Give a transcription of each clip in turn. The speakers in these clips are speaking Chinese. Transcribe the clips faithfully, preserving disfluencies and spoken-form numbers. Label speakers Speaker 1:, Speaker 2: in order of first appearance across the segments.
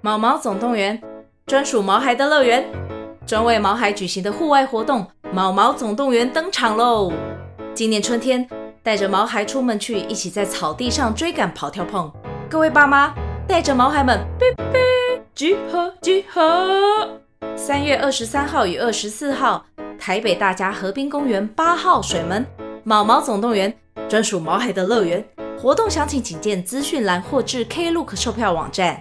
Speaker 1: 毛毛总动员，专属毛孩的乐园，专为毛孩举行的户外活动毛毛总动员登场喽！今年春天，带着毛孩出门去，一起在草地上追赶跑跳碰。各位爸妈，带着毛孩们，哔哔，集合集合！三月二十三号与二十四号，台北大家河滨公园八号水门毛毛总动员，专属毛孩的乐园。活动详情请见资讯栏或至 Klook 售票网站。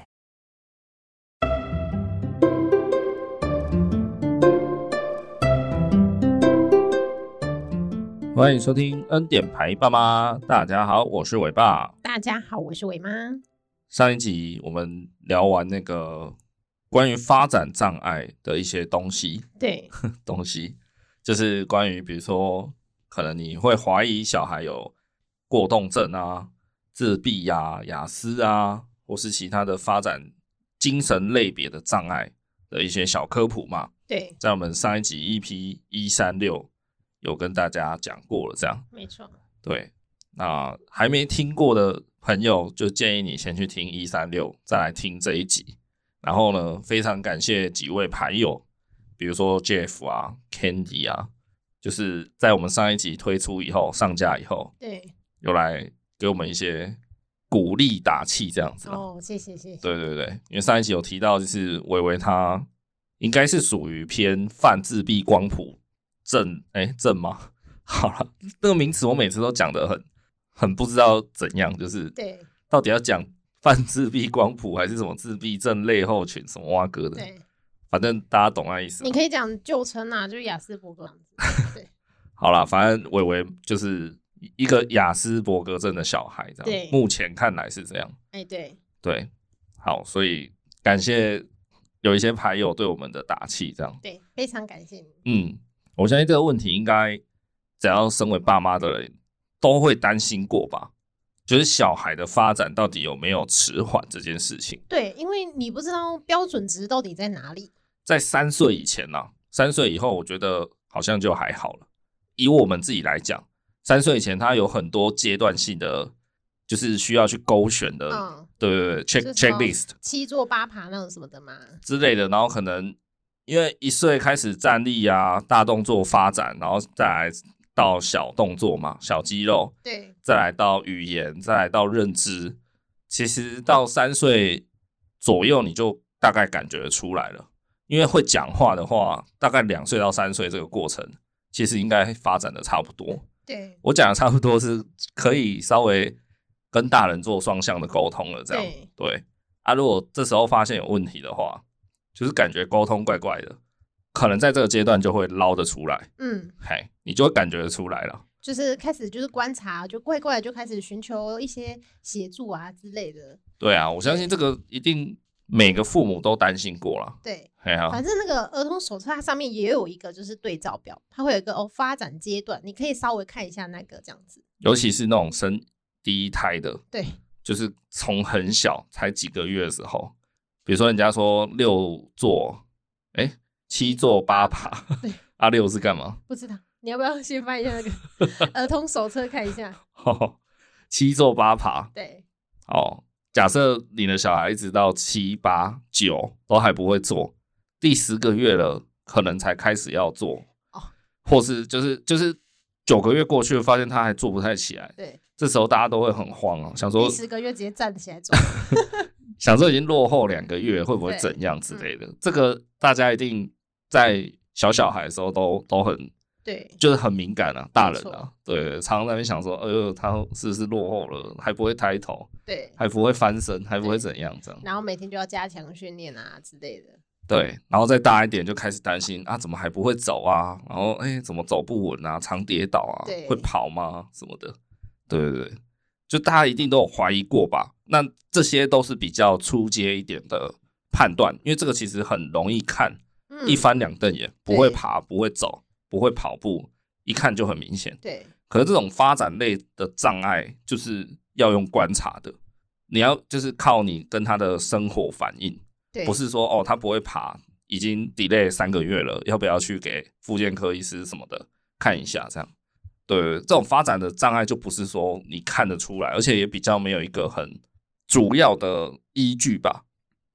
Speaker 2: 欢迎收听恩典牌爸妈，大家好，我是伟爸。
Speaker 3: 大家好，我是伟妈。
Speaker 2: 上一集我们聊完那个关于发展障碍的一些东西，
Speaker 3: 对，
Speaker 2: 东西就是关于比如说可能你会怀疑小孩有过动症啊、自闭啊、亚斯啊，或是其他的发展精神类别的障碍的一些小科普嘛。
Speaker 3: 对，
Speaker 2: 在我们上一集 E P 一三六有跟大家讲过了，这样
Speaker 3: 没错。对，
Speaker 2: 那还没听过的朋友，就建议你先去听一三六，再来听这一集。然后呢，非常感谢几位牌友，比如说 Jeff 啊、Candy 啊，就是在我们上一集推出以后、上架以后，
Speaker 3: 对，
Speaker 2: 有来给我们一些鼓励打气这样子。
Speaker 3: 哦，谢谢谢谢。
Speaker 2: 对对对，因为上一集有提到，就是维维他应该是属于偏泛自闭光谱症，哎，症吗？好了，那个名词我每次都讲得很很不知道怎样，就是
Speaker 3: 对，
Speaker 2: 到底要讲泛自闭光谱还是什么自闭症类候群什么蛙哥的，
Speaker 3: 对，
Speaker 2: 反正大家懂那意思。
Speaker 3: 你可以讲旧称啊，就是亚斯伯格样子。对，
Speaker 2: 好啦，反正维维就是一个亚斯伯格症的小孩，这样。
Speaker 3: 对，
Speaker 2: 目前看来是这样。
Speaker 3: 哎，对
Speaker 2: 对，好，所以感谢有一些牌友对我们的打气，这样。
Speaker 3: 对，非常感谢你。
Speaker 2: 嗯，我相信这个问题应该只要身为爸妈的人都会担心过吧，就是小孩的发展到底有没有迟缓这件事情。
Speaker 3: 对，因为你不知道标准值到底在哪里。
Speaker 2: 在三岁以前啊，三岁以后我觉得好像就还好了。以我们自己来讲，三岁以前他有很多阶段性的就是需要去勾选的，
Speaker 3: 嗯，
Speaker 2: 对对对 check checklist
Speaker 3: 七坐八爬那种什么的嘛
Speaker 2: 之类的，然后可能因为一岁开始站立啊，大动作发展，然后再来到小动作嘛，小肌肉，
Speaker 3: 对，
Speaker 2: 再来到语言，再来到认知，其实到三岁左右你就大概感觉出来了。因为会讲话的话，大概两岁到三岁这个过程，其实应该发展的差不多。
Speaker 3: 对，
Speaker 2: 我讲的差不多是可以稍微跟大人做双向的沟通了，这样。
Speaker 3: 对，
Speaker 2: 对啊，如果这时候发现有问题的话，就是感觉沟通怪怪的，可能在这个阶段就会捞得出来。
Speaker 3: 嗯，
Speaker 2: 嘿，你就会感觉得出来了。
Speaker 3: 就是开始就是观察，就怪怪的就开始寻求一些协助啊之类的。
Speaker 2: 对啊，我相信这个一定每个父母都担心过了。
Speaker 3: 对，
Speaker 2: 啊、
Speaker 3: 反正那个儿童手册它上面也有一个就是对照表，它会有一个哦发展阶段，你可以稍微看一下那个这样子。
Speaker 2: 尤其是那种生第一胎的，
Speaker 3: 对，
Speaker 2: 就是从很小才几个月的时候，比如说人家说六坐，哎，七坐八爬，
Speaker 3: 对，
Speaker 2: 啊六是干嘛？
Speaker 3: 不知道，你要不要先翻一下那个儿童手册看一下？
Speaker 2: 哦，七坐八爬，
Speaker 3: 对，
Speaker 2: 哦，假设你的小孩一直到七八九都还不会坐，第十个月了，可能才开始要坐，
Speaker 3: 哦，
Speaker 2: 或是就是就是九个月过去了，发现他还坐不太起来，
Speaker 3: 对，
Speaker 2: 这时候大家都会很慌啊，想说
Speaker 3: 第十个月直接站起来走，
Speaker 2: 想说已经落后两个月，会不会怎样之类的？嗯、这个大家一定在小小孩的时候都都很
Speaker 3: 对，
Speaker 2: 就是很敏感啊，大人啊，对，常常在那边想说，哎呦，他是不是落后了？还不会抬头，
Speaker 3: 对，
Speaker 2: 还不会翻身，还不会怎样这样？
Speaker 3: 然后每天就要加强训练啊之类的。
Speaker 2: 对，然后再大一点就开始担心啊，怎么还不会走啊？然后哎，怎么走不稳啊？常跌倒啊？会跑吗？什么的？对对对，就大家一定都有怀疑过吧？那这些都是比较初阶一点的判断，因为这个其实很容易看，嗯、一翻两瞪眼，不会爬，不会走，不会跑步，一看就很明显。
Speaker 3: 对。
Speaker 2: 可是这种发展类的障碍，就是要用观察的，你要就是靠你跟他的生活反应。不是说哦，他不会爬，已经 delay 三个月了，要不要去给复健科医师什么的看一下？这样，对，这种发展的障碍就不是说你看得出来，而且也比较没有一个很主要的依据吧。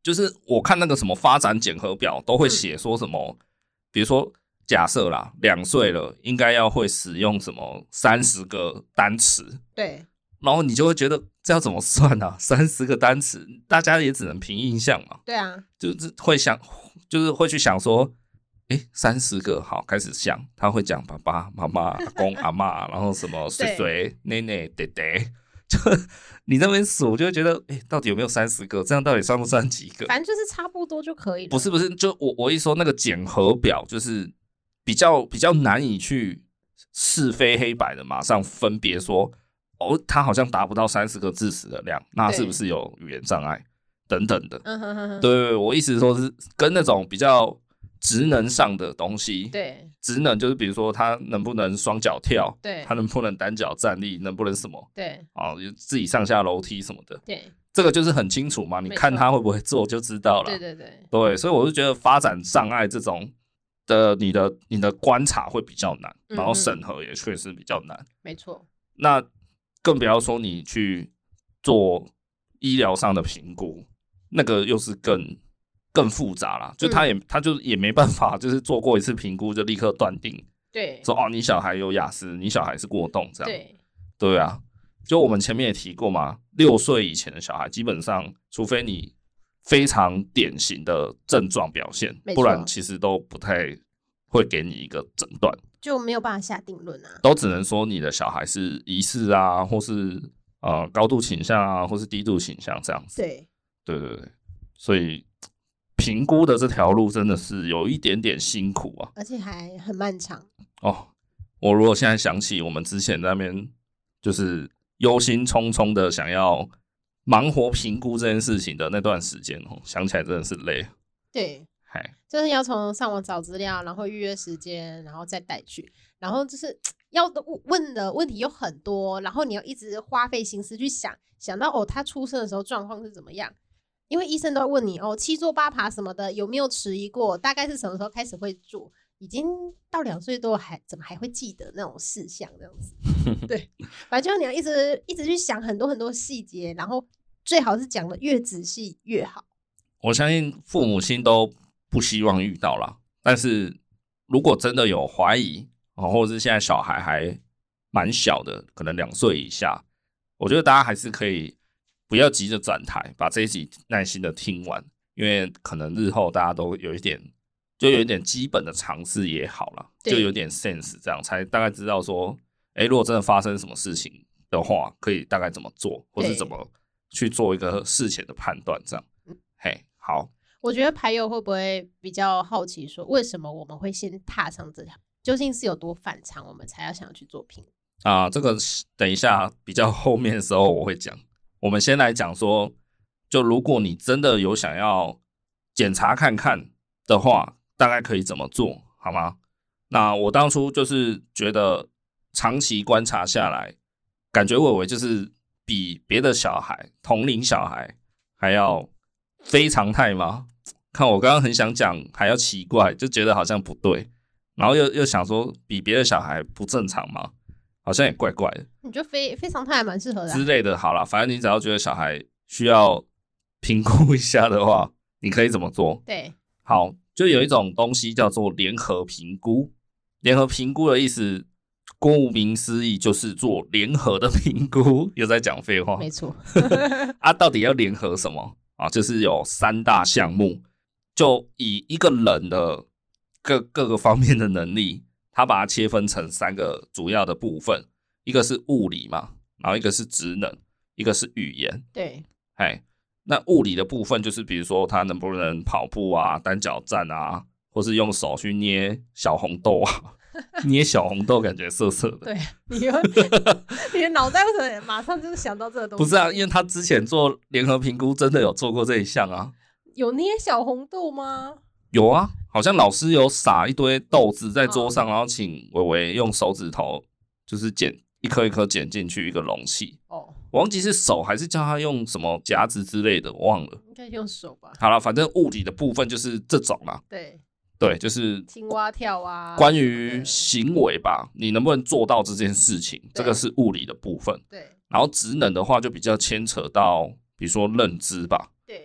Speaker 2: 就是我看那个什么发展检核表都会写说什么、嗯、比如说假设啦两岁了应该要会使用什么三十个单词，
Speaker 3: 对，
Speaker 2: 然后你就会觉得这要怎么算啊？三十个单词，大家也只能凭印象嘛。
Speaker 3: 对啊，
Speaker 2: 就是会想，就是会去想说，哎，三十个好，开始想，他会讲爸爸妈妈阿公阿嬷，然后什么水水奶奶爹爹，就你那边数就会觉得，哎，到底有没有三十个？这样到底算不算几个？
Speaker 3: 反正就是差不多就可以了。
Speaker 2: 不是不是，就我我一说那个检核表，就是比较比较难以去是非黑白的，马上分别说。哦，他好像达不到三十个字词的量，那是不是有语言障碍等等的？嗯哼哼哼，对对对，我意思是说是跟那种比较职能上的东西，
Speaker 3: 对，
Speaker 2: 职能就是比如说他能不能双脚跳，
Speaker 3: 对，
Speaker 2: 他能不能单脚站立，能不能什么，
Speaker 3: 对，
Speaker 2: 哦，自己上下楼梯什么的，
Speaker 3: 对，
Speaker 2: 这个就是很清楚嘛，你看他会不会做就知道了。
Speaker 3: 对对对，
Speaker 2: 对，所以我就觉得发展障碍这种的，你的你的观察会比较难，然后审核也确实比较难，
Speaker 3: 没错。
Speaker 2: 那更不要说你去做医疗上的评估，那个又是更更复杂啦。就他也、嗯、他就也没办法，就是做过一次评估就立刻断定，
Speaker 3: 对，
Speaker 2: 说哦你小孩有亚斯，你小孩是过动这样。
Speaker 3: 对，
Speaker 2: 对啊，就我们前面也提过嘛，六岁以前的小孩基本上，除非你非常典型的症状表现，不然其实都不太会给你一个诊断。
Speaker 3: 就没有办法下定论啊，
Speaker 2: 都只能说你的小孩是疑似啊，或是呃高度倾向啊，或是低度倾向这样子。
Speaker 3: 对，
Speaker 2: 对对对，所以评估的这条路真的是有一点点辛苦啊，
Speaker 3: 而且还很漫长。
Speaker 2: 哦，我如果现在想起我们之前在那边就是忧心忡忡的想要忙活评估这件事情的那段时间哦，想起来真的是累。
Speaker 3: 对。就是要从上网找资料，然后预约时间，然后再带去，然后就是要问的问题有很多，然后你要一直花费心思去想，想到哦他出生的时候状况是怎么样，因为医生都会问你哦七坐八爬什么的有没有迟疑过，大概是什么时候开始会做，已经到两岁多还怎么还会记得那种事项这样子。对，反正就你要一直一直去想很多很多细节，然后最好是讲的越仔细越好。
Speaker 2: 我相信父母亲都不希望遇到啦，但是如果真的有怀疑、哦、或者是现在小孩还蛮小的，可能两岁以下，我觉得大家还是可以不要急着转台，把这一集耐心的听完，因为可能日后大家都有一点就有一点基本的常识也好啦，就有点 sense， 这样才大概知道说诶如果真的发生什么事情的话可以大概怎么做，或是怎么去做一个事前的判断这样。嘿，好，
Speaker 3: 我觉得牌友会不会比较好奇说为什么我们会先踏上这条，究竟是有多反常我们才要想要去做评
Speaker 2: 啊？这个等一下比较后面的时候我会讲。我们先来讲说，就如果你真的有想要检查看看的话，大概可以怎么做好吗？那我当初就是觉得长期观察下来，感觉伟伟就是比别的小孩同龄小孩还要非常态吗？看我刚刚很想讲还要奇怪，就觉得好像不对，然后 又, 又想说比别的小孩不正常吗？好像也怪怪的。
Speaker 3: 你觉得非非常态还蛮适合的、啊、
Speaker 2: 之类的。好啦，反正你只要觉得小孩需要评估一下的话，你可以怎么做？
Speaker 3: 对，
Speaker 2: 好，就有一种东西叫做联合评估。联合评估的意思顾名思义就是做联合的评估，又在讲废话。
Speaker 3: 没错。
Speaker 2: 啊，到底要联合什么啊？就是有三大项目，就以一个人的各各个方面的能力，他把它切分成三个主要的部分，一个是物理嘛，然后一个是职能，一个是语言。
Speaker 3: 对，
Speaker 2: 哎，那物理的部分就是比如说他能不能跑步啊、单脚站啊，或是用手去捏小红豆啊。捏小红豆感觉涩涩的。
Speaker 3: 对，你你的脑袋为什么马上就是想到这个东西？
Speaker 2: 不是啊，因为他之前做联合评估真的有做过这一项啊。
Speaker 3: 有捏小红豆吗？
Speaker 2: 有啊，好像老师有撒一堆豆子在桌上，哦、然后请伟伟用手指头就是剪一颗一颗剪进去一个容器。哦，我忘记是手还是叫他用什么夹子之类的，我忘了。
Speaker 3: 应该用手吧。
Speaker 2: 好了，反正物理的部分就是这种啦。
Speaker 3: 对。
Speaker 2: 对，就是
Speaker 3: 青蛙跳啊，
Speaker 2: 关于行为吧，你能不能做到这件事情，这个是物理的部分。
Speaker 3: 对，
Speaker 2: 然后职能的话就比较牵扯到，比如说认知吧。
Speaker 3: 对，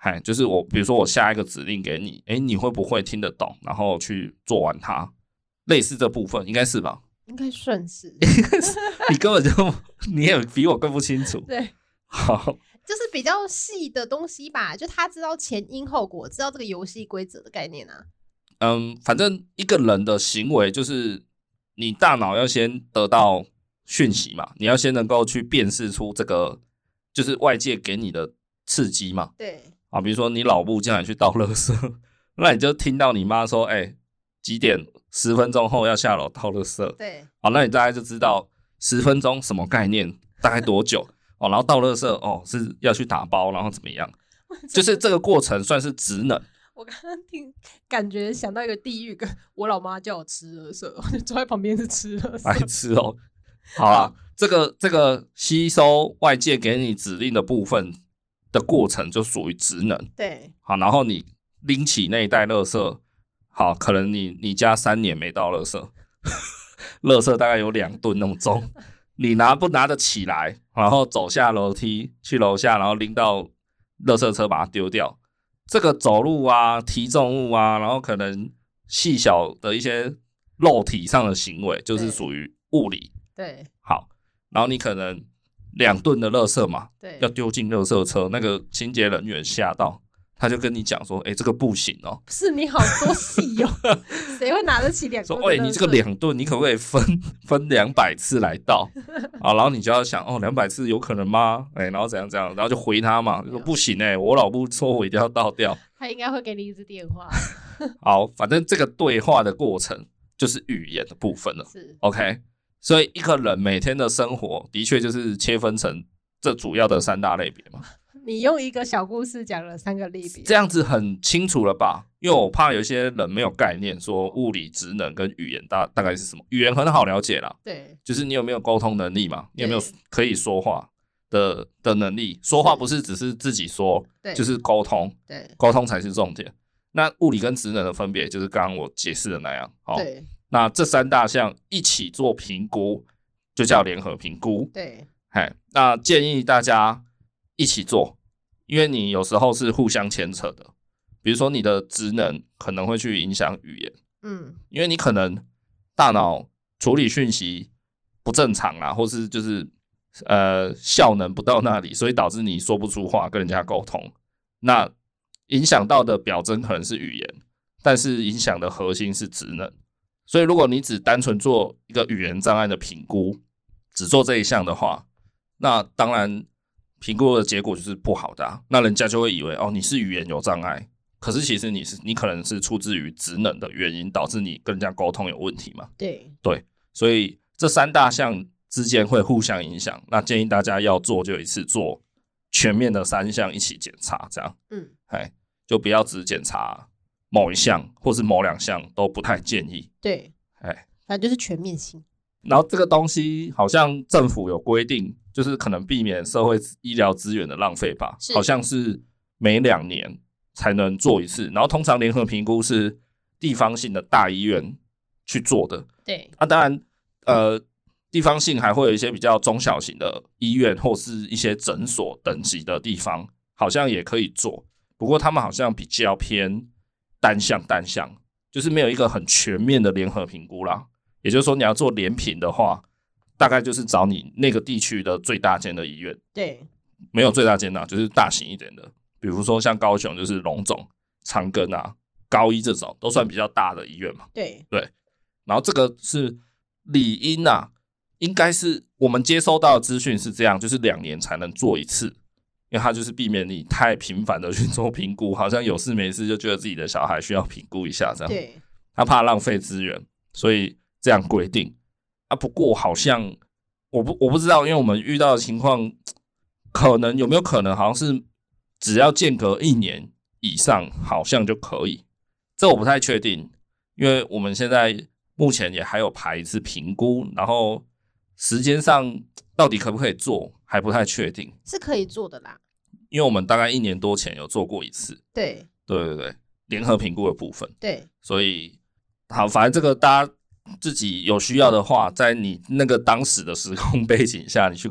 Speaker 2: 哎，就是我比如说我下一个指令给你，哎，你会不会听得懂，然后去做完它，类似这部分应该是吧？
Speaker 3: 应该算是
Speaker 2: 你根本就你也比我更不清楚。
Speaker 3: 对，
Speaker 2: 好，
Speaker 3: 就是比较细的东西吧，就他知道前因后果，知道这个游戏规则的概念啊。
Speaker 2: 嗯，反正一个人的行为就是你大脑要先得到讯息嘛，你要先能够去辨识出这个就是外界给你的刺激嘛。
Speaker 3: 对
Speaker 2: 啊，比如说你老母叫你去倒垃圾，那你就听到你妈说，哎、欸，几点？十分钟后要下楼倒垃圾。
Speaker 3: 对，
Speaker 2: 好，那你大概就知道十分钟什么概念，大概多久哦。然后倒垃圾哦是要去打包，然后怎么样？就是这个过程算是职能。
Speaker 3: 我刚刚听，感觉想到一个地狱梗，我老妈叫我吃垃圾，我就坐在旁边是吃垃圾，
Speaker 2: 白痴哦。好啦，这个这个吸收外界给你指令的部分的过程就属于职能。
Speaker 3: 对，
Speaker 2: 好，然后你拎起那一袋垃圾。好，可能你你家三年没倒垃圾，垃圾大概有两吨那么重，你拿不拿得起来？然后走下楼梯去楼下，然后拎到垃圾车把它丢掉。这个走路啊、提重物啊，然后可能细小的一些肉体上的行为，就是属于物理。
Speaker 3: 对，
Speaker 2: 好，然后你可能两吨的垃圾嘛，
Speaker 3: 对，
Speaker 2: 要丢进垃圾车，那个清洁人员吓到。他就跟你讲说，哎、欸，这个不行哦。
Speaker 3: 不是你好多细哦，谁会拿得起两吨？
Speaker 2: 说，哎、欸，你这个两吨，你可不可以分分两百次来倒？啊，然后你就要想，哦，两百次有可能吗？哎、欸，然后怎样怎样，然后就回他嘛，就说不行哎、欸，我老婆说我一定要倒掉。
Speaker 3: 他应该会给你一支电话。
Speaker 2: 好，反正这个对话的过程就是语言的部分了。
Speaker 3: 是
Speaker 2: OK， 所以一个人每天的生活的确就是切分成这主要的三大类别嘛。
Speaker 3: 你用一个小故事讲了三个类别，
Speaker 2: 这样子很清楚了吧？因为我怕有些人没有概念，说物理职能跟语言大大概是什么。语言很好了解啦，
Speaker 3: 对，
Speaker 2: 就是你有没有沟通能力嘛？你有没有可以说话的的能力？说话不是只是自己说，就是沟通，
Speaker 3: 对，
Speaker 2: 沟通才是重点。那物理跟职能的分别，就是刚刚我解释的那样。哦，
Speaker 3: 对，
Speaker 2: 那这三大项一起做评估，就叫联合评估。
Speaker 3: 对，
Speaker 2: 嘿，那建议大家一起做。因为你有时候是互相牵扯的，比如说你的职能可能会去影响语言，嗯，因为你可能大脑处理讯息不正常啊，或是就是呃效能不到那里，所以导致你说不出话跟人家沟通。那影响到的表征可能是语言，但是影响的核心是职能。所以如果你只单纯做一个语言障碍的评估，只做这一项的话，那当然评估的结果就是不好的啊，那人家就会以为哦你是语言有障碍，可是其实你是你可能是出自于职能的原因导致你跟人家沟通有问题嘛。
Speaker 3: 对
Speaker 2: 对，所以这三大项之间会互相影响，那建议大家要做就一次做全面的三项一起检查，这样，嗯，哎，就不要只检查某一项或是某两项都不太建议。
Speaker 3: 对，哎，反正就是全面性。
Speaker 2: 然后这个东西好像政府有规定，就是可能避免社会医疗资源的浪费吧，好像是每两年才能做一次，然后通常联合评估是地方性的大医院去做的。
Speaker 3: 对，
Speaker 2: 啊，当然，呃，地方性还会有一些比较中小型的医院或是一些诊所等级的地方，好像也可以做，不过他们好像比较偏单项单项，就是没有一个很全面的联合评估啦。也就是说，你要做联评的话，大概就是找你那个地区的最大间的医院。
Speaker 3: 对，
Speaker 2: 没有最大间的，就是大型一点的，比如说像高雄就是荣总、长庚啊、高医这种，都算比较大的医院嘛。
Speaker 3: 对
Speaker 2: 对，然后这个是理应啊，应该是我们接收到的资讯是这样，就是两年才能做一次，因为它就是避免你太频繁的去做评估，好像有事没事就觉得自己的小孩需要评估一下这样。
Speaker 3: 对，
Speaker 2: 他怕浪费资源，所以这样规定啊。不过好像我不我不知道，因为我们遇到的情况，可能有没有可能好像是只要间隔一年以上，好像就可以。这我不太确定，因为我们现在目前也还有排一次评估，然后时间上到底可不可以做还不太确定。
Speaker 3: 是可以做的啦，
Speaker 2: 因为我们大概一年多前有做过一次。
Speaker 3: 对
Speaker 2: 对对对，联合评估的部分。
Speaker 3: 对，
Speaker 2: 所以好，反正这个大家自己有需要的话，在你那个当时的时空背景下，你去跟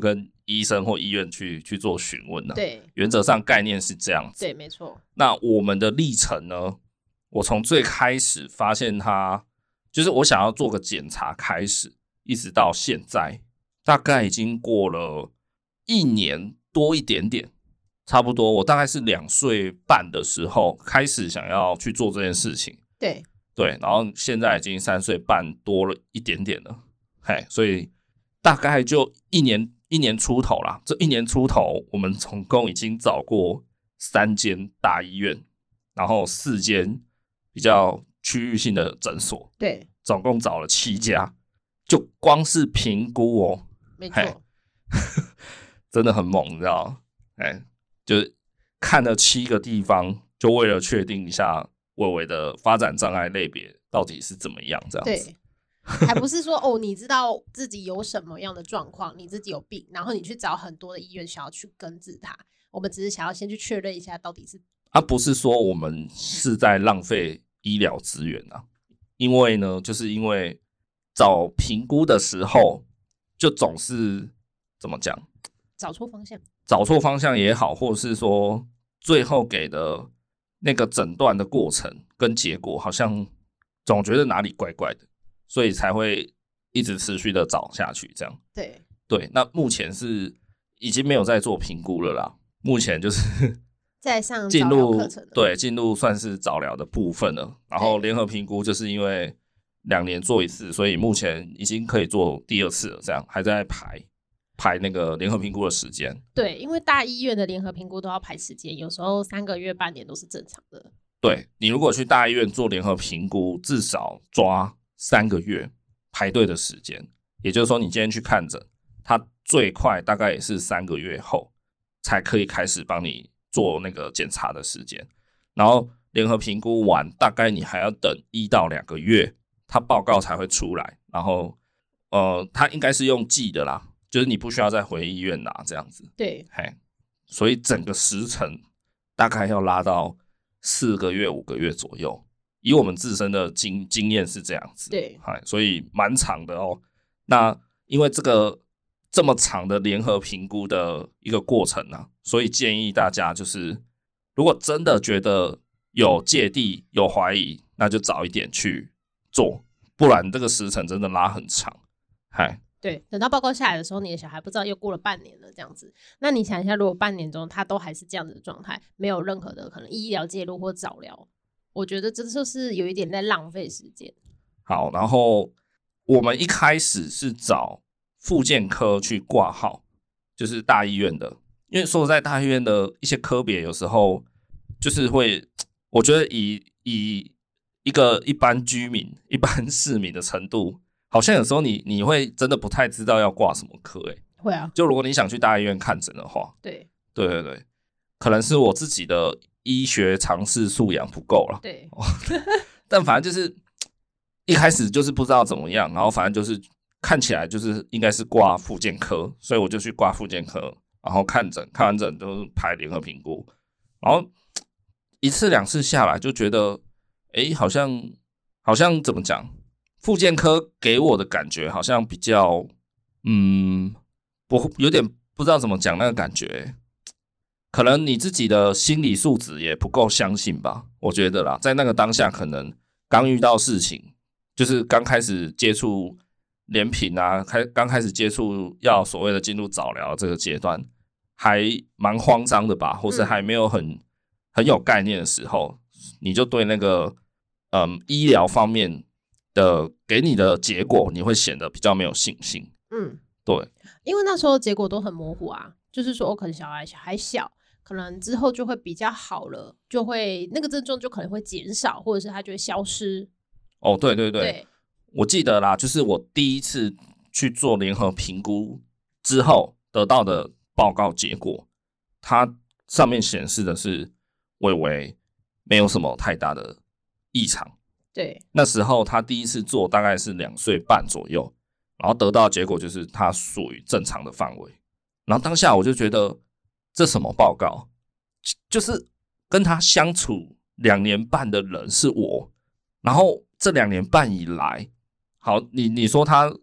Speaker 2: 医生或医院去去做询问的。
Speaker 3: 对，
Speaker 2: 原则上概念是这样子。
Speaker 3: 对，没错。
Speaker 2: 那我们的历程呢？我从最开始发现他，就是我想要做个检查开始，一直到现在，大概已经过了一年多一点点，差不多。我大概是两岁半的时候开始想要去做这件事情。
Speaker 3: 对
Speaker 2: 对，然后现在已经三岁半多了一点点了，嘿，所以大概就一年一年出头啦。这一年出头，我们总共已经找过三间大医院，然后四间比较区域性的诊所，
Speaker 3: 对，
Speaker 2: 总共找了七家，就光是评估哦，
Speaker 3: 没错，
Speaker 2: 真的很猛，你知道吗？哎，就是看了七个地方，就为了确定一下伟伟的发展障碍类别到底是怎么样，这样子。
Speaker 3: 对，还不是说哦，你知道自己有什么样的状况，你自己有病，然后你去找很多的医院想要去根治它。我们只是想要先去确认一下到底是。
Speaker 2: 啊，不是说我们是在浪费医疗资源啊，因为呢，就是因为找评估的时候，就总是怎么讲，
Speaker 3: 找错方向，
Speaker 2: 找错方向也好，或者是说最后给的那个诊断的过程跟结果，好像总觉得哪里怪怪的，所以才会一直持续的找下去，这样。
Speaker 3: 对
Speaker 2: 对，那目前是已经没有在做评估了啦，目前就是。
Speaker 3: 在上
Speaker 2: 进入
Speaker 3: 课程，
Speaker 2: 对，进入算是早疗的部分了。然后联合评估就是因为两年做一次，所以目前已经可以做第二次了，这样还在排排那个联合评估的时间。
Speaker 3: 对，因为大医院的联合评估都要排时间，有时候三个月、半年都是正常的。
Speaker 2: 对，你如果去大医院做联合评估，至少抓三个月排队的时间，也就是说，你今天去看诊，它最快大概也是三个月后才可以开始帮你做那个检查的时间，然后联合评估完，大概你还要等一到两个月，它报告才会出来。然后，呃，它应该是用寄的啦，就是你不需要再回医院拿这样子。
Speaker 3: 对，
Speaker 2: 嘿，所以整个时程大概要拉到四个月、五个月左右。以我们自身的经经验是这样子，
Speaker 3: 对，
Speaker 2: 所以蛮长的哦。那因为这个这么长的联合评估的一个过程啊，所以建议大家就是，如果真的觉得有芥蒂、有怀疑，那就早一点去做，不然这个时程真的拉很长。嗨，
Speaker 3: 对，等到报告下来的时候，你的小孩不知道又过了半年了，这样子。那你想一下，如果半年中他都还是这样子的状态，没有任何的可能医疗介入或早疗，我觉得这就是有一点在浪费时间。
Speaker 2: 好，然后我们一开始是找复健科去挂号，就是大医院的，因为说实在，大医院的一些科别有时候就是会，我觉得以以一个一般居民、一般市民的程度，好像有时候你你会真的不太知道要挂什么科，欸，
Speaker 3: 会啊，
Speaker 2: 就如果你想去大医院看诊的话，
Speaker 3: 对
Speaker 2: 对对对，可能是我自己的医学常识素养不够了，
Speaker 3: 对，
Speaker 2: 但反正就是一开始就是不知道怎么样，然后反正就是看起来就是应该是挂复健科，所以我就去挂复健科，然后看诊，看完诊就是排联合评估，然后一次两次下来就觉得，哎，好像好像怎么讲，复健科给我的感觉好像比较，嗯，不有点不知道怎么讲那个感觉，可能你自己的心理素质也不够相信吧，我觉得啦，在那个当下可能刚遇到事情，就是刚开始接触联评啊，开刚开始接触要所谓的进入早疗这个阶段，还蛮慌张的吧，或是还没有很、嗯、很有概念的时候，你就对那个嗯医疗方面的给你的结果，你会显得比较没有信心。
Speaker 3: 嗯，
Speaker 2: 对，
Speaker 3: 因为那时候结果都很模糊啊，就是说，可能小孩还小，可能之后就会比较好了，就会那个症状就可能会减少，或者是它就会消失。
Speaker 2: 哦，对对对。
Speaker 3: 对，
Speaker 2: 我记得啦，就是我第一次去做联合评估之后得到的报告结果，它上面显示的是伟伟没有什么太大的异常。
Speaker 3: 对，
Speaker 2: 那时候他第一次做大概是两岁半左右，然后得到的结果就是他属于正常的范围。然后当下我就觉得这什么报告，就是跟他相处两年半的人是我，然后这两年半以来。好，你你说他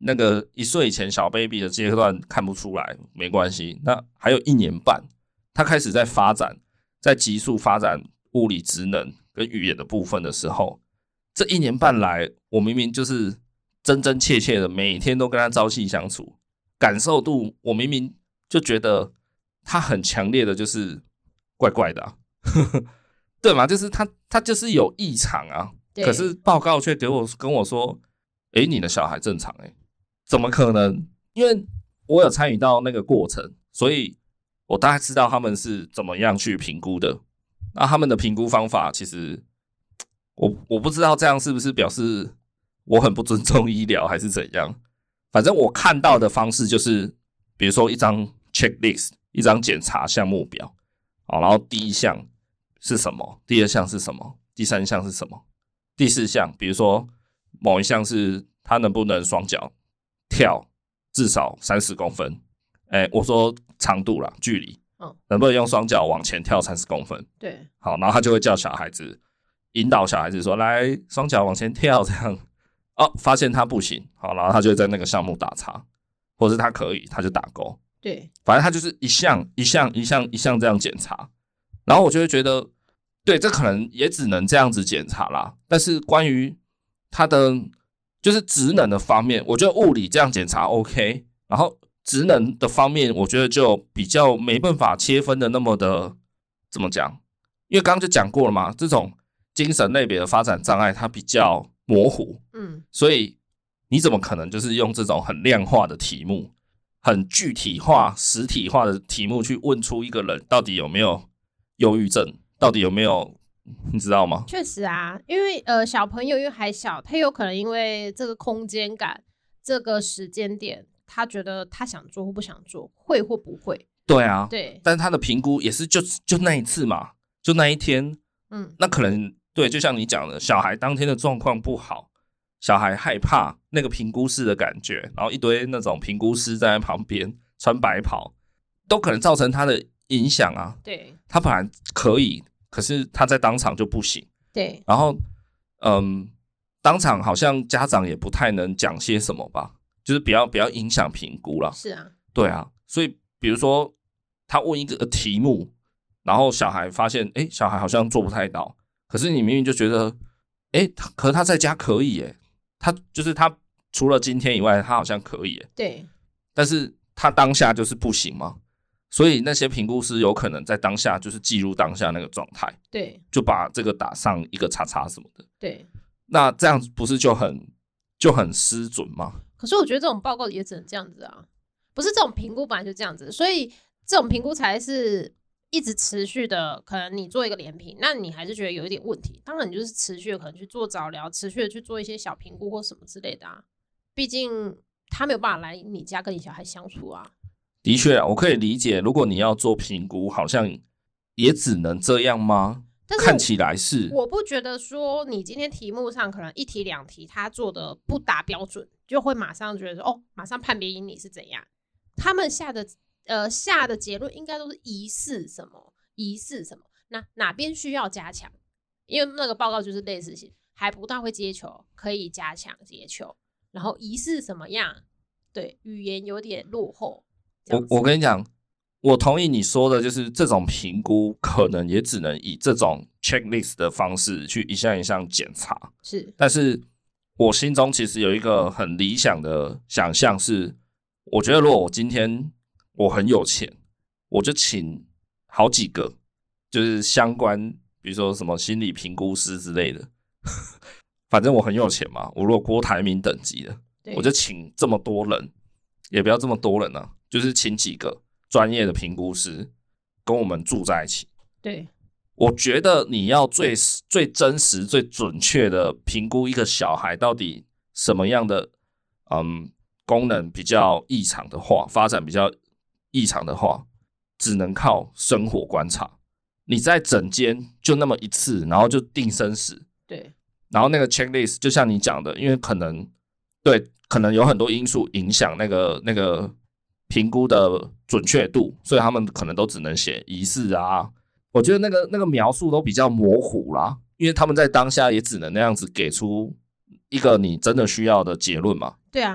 Speaker 2: 那个一岁以前小 baby 的阶段看不出来，没关系。那还有一年半，他开始在发展，在急速发展物理职能跟语言的部分的时候，这一年半来，我明明就是真真切切的每天都跟他朝夕相处，感受度我明明就觉得他很强烈的就是怪怪的、啊，对吗？就是他他就是有异常啊，可是报告却给我跟我说，诶，你的小孩正常诶，怎么可能？因为我有参与到那个过程，所以我大概知道他们是怎么样去评估的。那他们的评估方法，其实我我不知道这样是不是表示我很不尊重医疗，还是怎样？反正我看到的方式就是，比如说一张 checklist， 一张检查项目表，好，然后第一项是什么，第二项是什么，第三项是什么，第四项，比如说某一项是他能不能双脚跳至少三十公分，哎，我说长度啦，距离，嗯，能不能用双脚往前跳三十公分？
Speaker 3: 对，
Speaker 2: 好，然后他就会叫小孩子引导小孩子说，来双脚往前跳，这样。哦，发现他不行，好，然后他就在那个项目打叉，或是他可以，他就打勾。
Speaker 3: 对，
Speaker 2: 反正他就是一项一项一项一项这样检查，然后我就会觉得，对，这可能也只能这样子检查啦。但是关于他的就是职能的方面，我觉得物理这样检查 OK， 然后职能的方面，我觉得就比较没办法切分的那么的怎么讲？因为刚刚就讲过了嘛，这种精神类别的发展障碍，它比较模糊，嗯，所以你怎么可能就是用这种很量化的题目、很具体化、实体化的题目去问出一个人到底有没有忧郁症，到底有没有，你知道吗？
Speaker 3: 确实啊，因为呃小朋友因为还小，他有可能因为这个空间感、这个时间点，他觉得他想做或不想做，会或不会。
Speaker 2: 对啊，
Speaker 3: 对，
Speaker 2: 但是他的评估也是就就那一次嘛，就那一天，嗯，那可能。对，就像你讲的，小孩当天的状况不好，小孩害怕那个评估师的感觉，然后一堆那种评估师在旁边穿白袍，都可能造成他的影响啊。
Speaker 3: 对，
Speaker 2: 他本来可以，可是他在当场就不行。
Speaker 3: 对，
Speaker 2: 然后嗯，当场好像家长也不太能讲些什么吧，就是不要不要影响评估啦。
Speaker 3: 是啊，
Speaker 2: 对啊，所以比如说他问一个题目，然后小孩发现，哎，小孩好像做不太到。可是你明明就觉得，哎，可是他在家可以耶，他就是他除了今天以外，他好像可以耶。
Speaker 3: 对，
Speaker 2: 但是他当下就是不行嘛，所以那些评估师有可能在当下就是记录当下那个状态，
Speaker 3: 对，
Speaker 2: 就把这个打上一个叉叉什么的。
Speaker 3: 对，
Speaker 2: 那这样不是就很就很失准吗？
Speaker 3: 可是我觉得这种报告也只能这样子啊，不是这种评估本来就这样子，所以这种评估才是。一直持续的，可能你做一个连评，那你还是觉得有一点问题，当然你就是持续的可能去做早疗，持续的去做一些小评估或什么之类的啊。毕竟他没有办法来你家跟你小孩相处啊。
Speaker 2: 的确啊，我可以理解，如果你要做评估，好像也只能这样吗？但是看起来是。
Speaker 3: 我不觉得说你今天题目上可能一题两题他做的不达标准，就会马上觉得说哦，马上判别因你是怎样。他们下的。呃，下的结论应该都是疑似什么，疑似什么，那哪边需要加强？因为那个报告就是类似性，还不大会接球，可以加强接球，然后疑似什么样？对，语言有点落后。
Speaker 2: 我我跟你讲，我同意你说的，就是这种评估可能也只能以这种 checklist 的方式去一项一项检查。
Speaker 3: 是，
Speaker 2: 但是我心中其实有一个很理想的想象是，我觉得如果我今天我很有钱，我就请好几个，就是相关，比如说什么心理评估师之类的。反正我很有钱嘛，我如果郭台铭等级的，我就请这么多人，也不要这么多人啊，就是请几个专业的评估师跟我们住在一起。
Speaker 3: 对，
Speaker 2: 我觉得你要最最真实、最准确的评估一个小孩到底什么样的嗯功能比较异常的话，发展比较异常的话，只能靠生活观察。你在诊间就那么一次，然后就定生死。
Speaker 3: 对。
Speaker 2: 然后那个 checklist 就像你讲的，因为可能对，可能有很多因素影响那个那个评估的准确度，所以他们可能都只能写疑似啊。我觉得那个那个描述都比较模糊啦，因为他们在当下也只能那样子给出一个你真的需要的结论嘛。
Speaker 3: 对啊。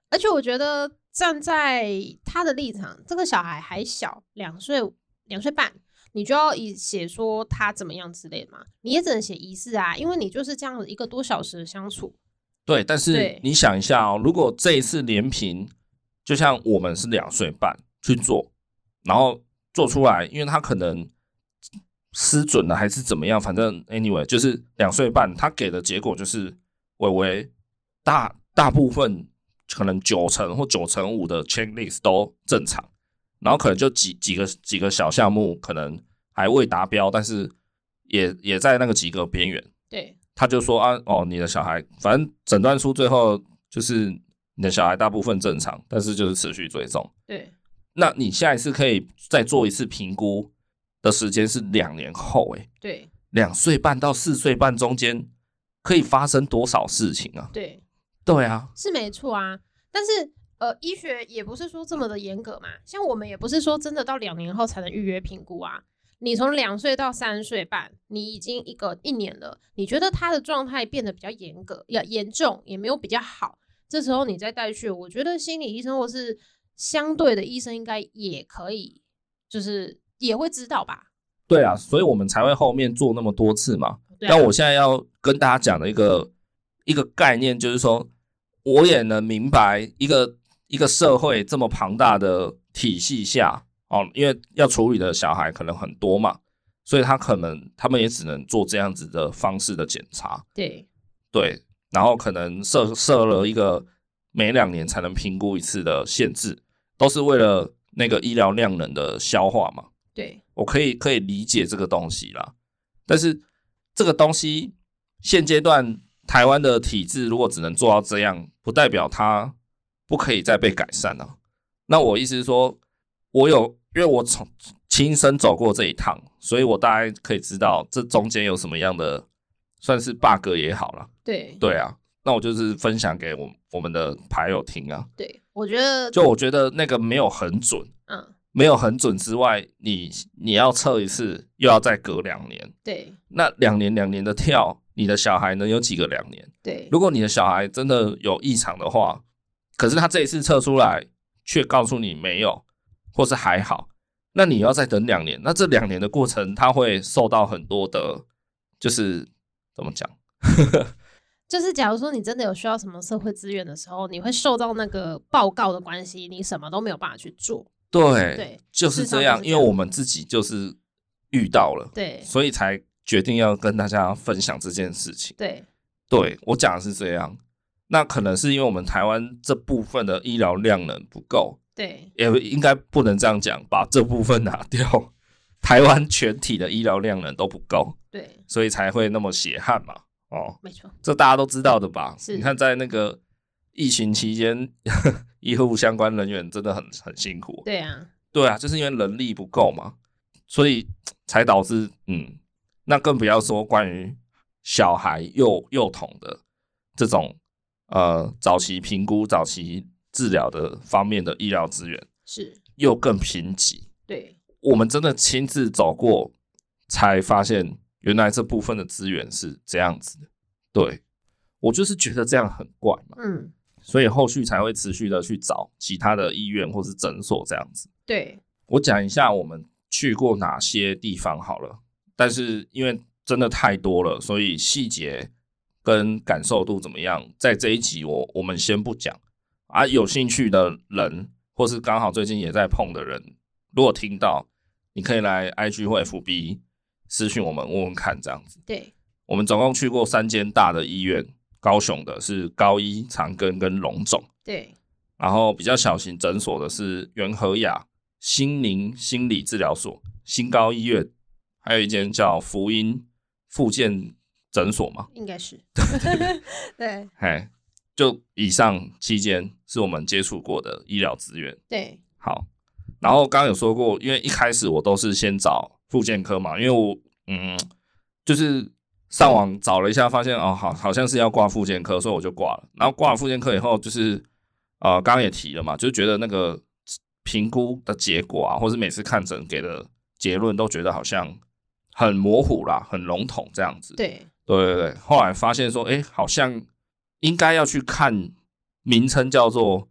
Speaker 3: 而且我觉得站在他的立场，这个小孩还小，两岁两岁半，你就要以写说他怎么样之类的嘛？你也只能写疑似啊，因为你就是这样一个多小时的相处。
Speaker 2: 对，但是你想一下哦，如果这一次连评，就像我们是两岁半去做，然后做出来，因为他可能失准了还是怎么样，反正 anyway 就是两岁半，他给的结果就是微微大大部分可能九成或九成五的 checklist 都正常，然后可能就几几个几个小项目可能还未达标，但是也也在那个及格边缘。
Speaker 3: 对，
Speaker 2: 他就说啊，哦，你的小孩，反正诊断书最后就是你的小孩大部分正常，但是就是持续追踪。
Speaker 3: 对，
Speaker 2: 那你下一次可以再做一次评估的时间是两年后、欸，
Speaker 3: 对，
Speaker 2: 两岁半到四岁半中间可以发生多少事情啊？
Speaker 3: 对，
Speaker 2: 对啊，
Speaker 3: 是没错啊。但是呃，医学也不是说这么的严格嘛，像我们也不是说真的到两年后才能预约评估啊。你从两岁到三岁半，你已经一个一年了，你觉得他的状态变得比较严格、严重，也没有比较好，这时候你再带去，我觉得心理医生或是相对的医生应该也可以，就是也会知道吧？
Speaker 2: 对啊，所以我们才会后面做那么多次嘛。但、啊、我现在要跟大家讲的一个一个概念，就是说，我也能明白一个一个社会这么庞大的体系下。哦，因为要处理的小孩可能很多嘛，所以他可能他们也只能做这样子的方式的检查。
Speaker 3: 对
Speaker 2: 对，然后可能设设了一个每两年才能评估一次的限制，都是为了那个医疗量能的消化嘛。
Speaker 3: 对，
Speaker 2: 我可以可以理解这个东西啦，但是这个东西现阶段台湾的体制如果只能做到这样，不代表它不可以再被改善啊。那我意思是说，我有，因为我从亲身走过这一趟，所以我大概可以知道这中间有什么样的算是 bug 也好了。
Speaker 3: 对
Speaker 2: 对啊，那我就是分享给我我们的牌友听啊。
Speaker 3: 对，我觉得
Speaker 2: 就我觉得那个没有很准，嗯，没有很准之外，你你要测一次又要再隔两年。
Speaker 3: 对，
Speaker 2: 那两年两年的跳，你的小孩能有几个两年？
Speaker 3: 对，
Speaker 2: 如果你的小孩真的有异常的话，可是他这一次测出来却告诉你没有。或是还好，那你要再等两年，那这两年的过程，他会受到很多的，就是怎么讲？
Speaker 3: 就是假如说你真的有需要什么社会资源的时候，你会受到那个报告的关系，你什么都没有办法去做。
Speaker 2: 对，
Speaker 3: 对，
Speaker 2: 就是这样，因为我们自己就是遇到了，
Speaker 3: 对，
Speaker 2: 所以才决定要跟大家分享这件事情。
Speaker 3: 对，
Speaker 2: 对我讲的是这样，那可能是因为我们台湾这部分的医疗量能不够。
Speaker 3: 对，
Speaker 2: 也应该不能这样讲，把这部分拿掉，台湾全体的医疗量能都不够，
Speaker 3: 对，
Speaker 2: 所以才会那么血汗嘛。哦，
Speaker 3: 没错，
Speaker 2: 这大家都知道的吧？
Speaker 3: 是，
Speaker 2: 你看在那个疫情期间，医护相关人员真的很很辛苦。
Speaker 3: 对啊，
Speaker 2: 对啊，就是因为人力不够嘛，所以才导致嗯，那更不要说关于小孩幼幼童的这种呃早期评估、早期治疗的方面的医疗资源
Speaker 3: 是
Speaker 2: 又更贫瘠。
Speaker 3: 对，
Speaker 2: 我们真的亲自走过，才发现原来这部分的资源是这样子的。对，我就是觉得这样很怪嘛，嗯，所以后续才会持续的去找其他的医院或是诊所这样子。
Speaker 3: 对，
Speaker 2: 我讲一下我们去过哪些地方好了，但是因为真的太多了，所以细节跟感受度怎么样，在这一集我我们先不讲。啊，有兴趣的人，或是刚好最近也在碰的人，如果听到，你可以来 I G 或 F B 私讯我们问问看，这样子。
Speaker 3: 对，
Speaker 2: 我们总共去过三间大的医院，高雄的是高医、长庚跟荣总。
Speaker 3: 对，
Speaker 2: 然后比较小型诊所的是元和雅心灵心理治疗所、新高医院，还有一间叫福音复健诊所嘛，
Speaker 3: 应该是。对，
Speaker 2: 嘿。就以上期间是我们接触过的医疗资源。
Speaker 3: 对，
Speaker 2: 好，然后刚刚有说过，因为一开始我都是先找复健科嘛，因为我嗯，就是上网找了一下，发现哦，好好像是要挂复健科，所以我就挂了。然后挂了复健科以后，就是呃，刚刚也提了嘛，就觉得那个评估的结果啊，或是每次看诊给的结论，都觉得好像很模糊啦，很笼统这样子。
Speaker 3: 对，
Speaker 2: 对对对。后来发现说，哎，好像应该要去看名称叫做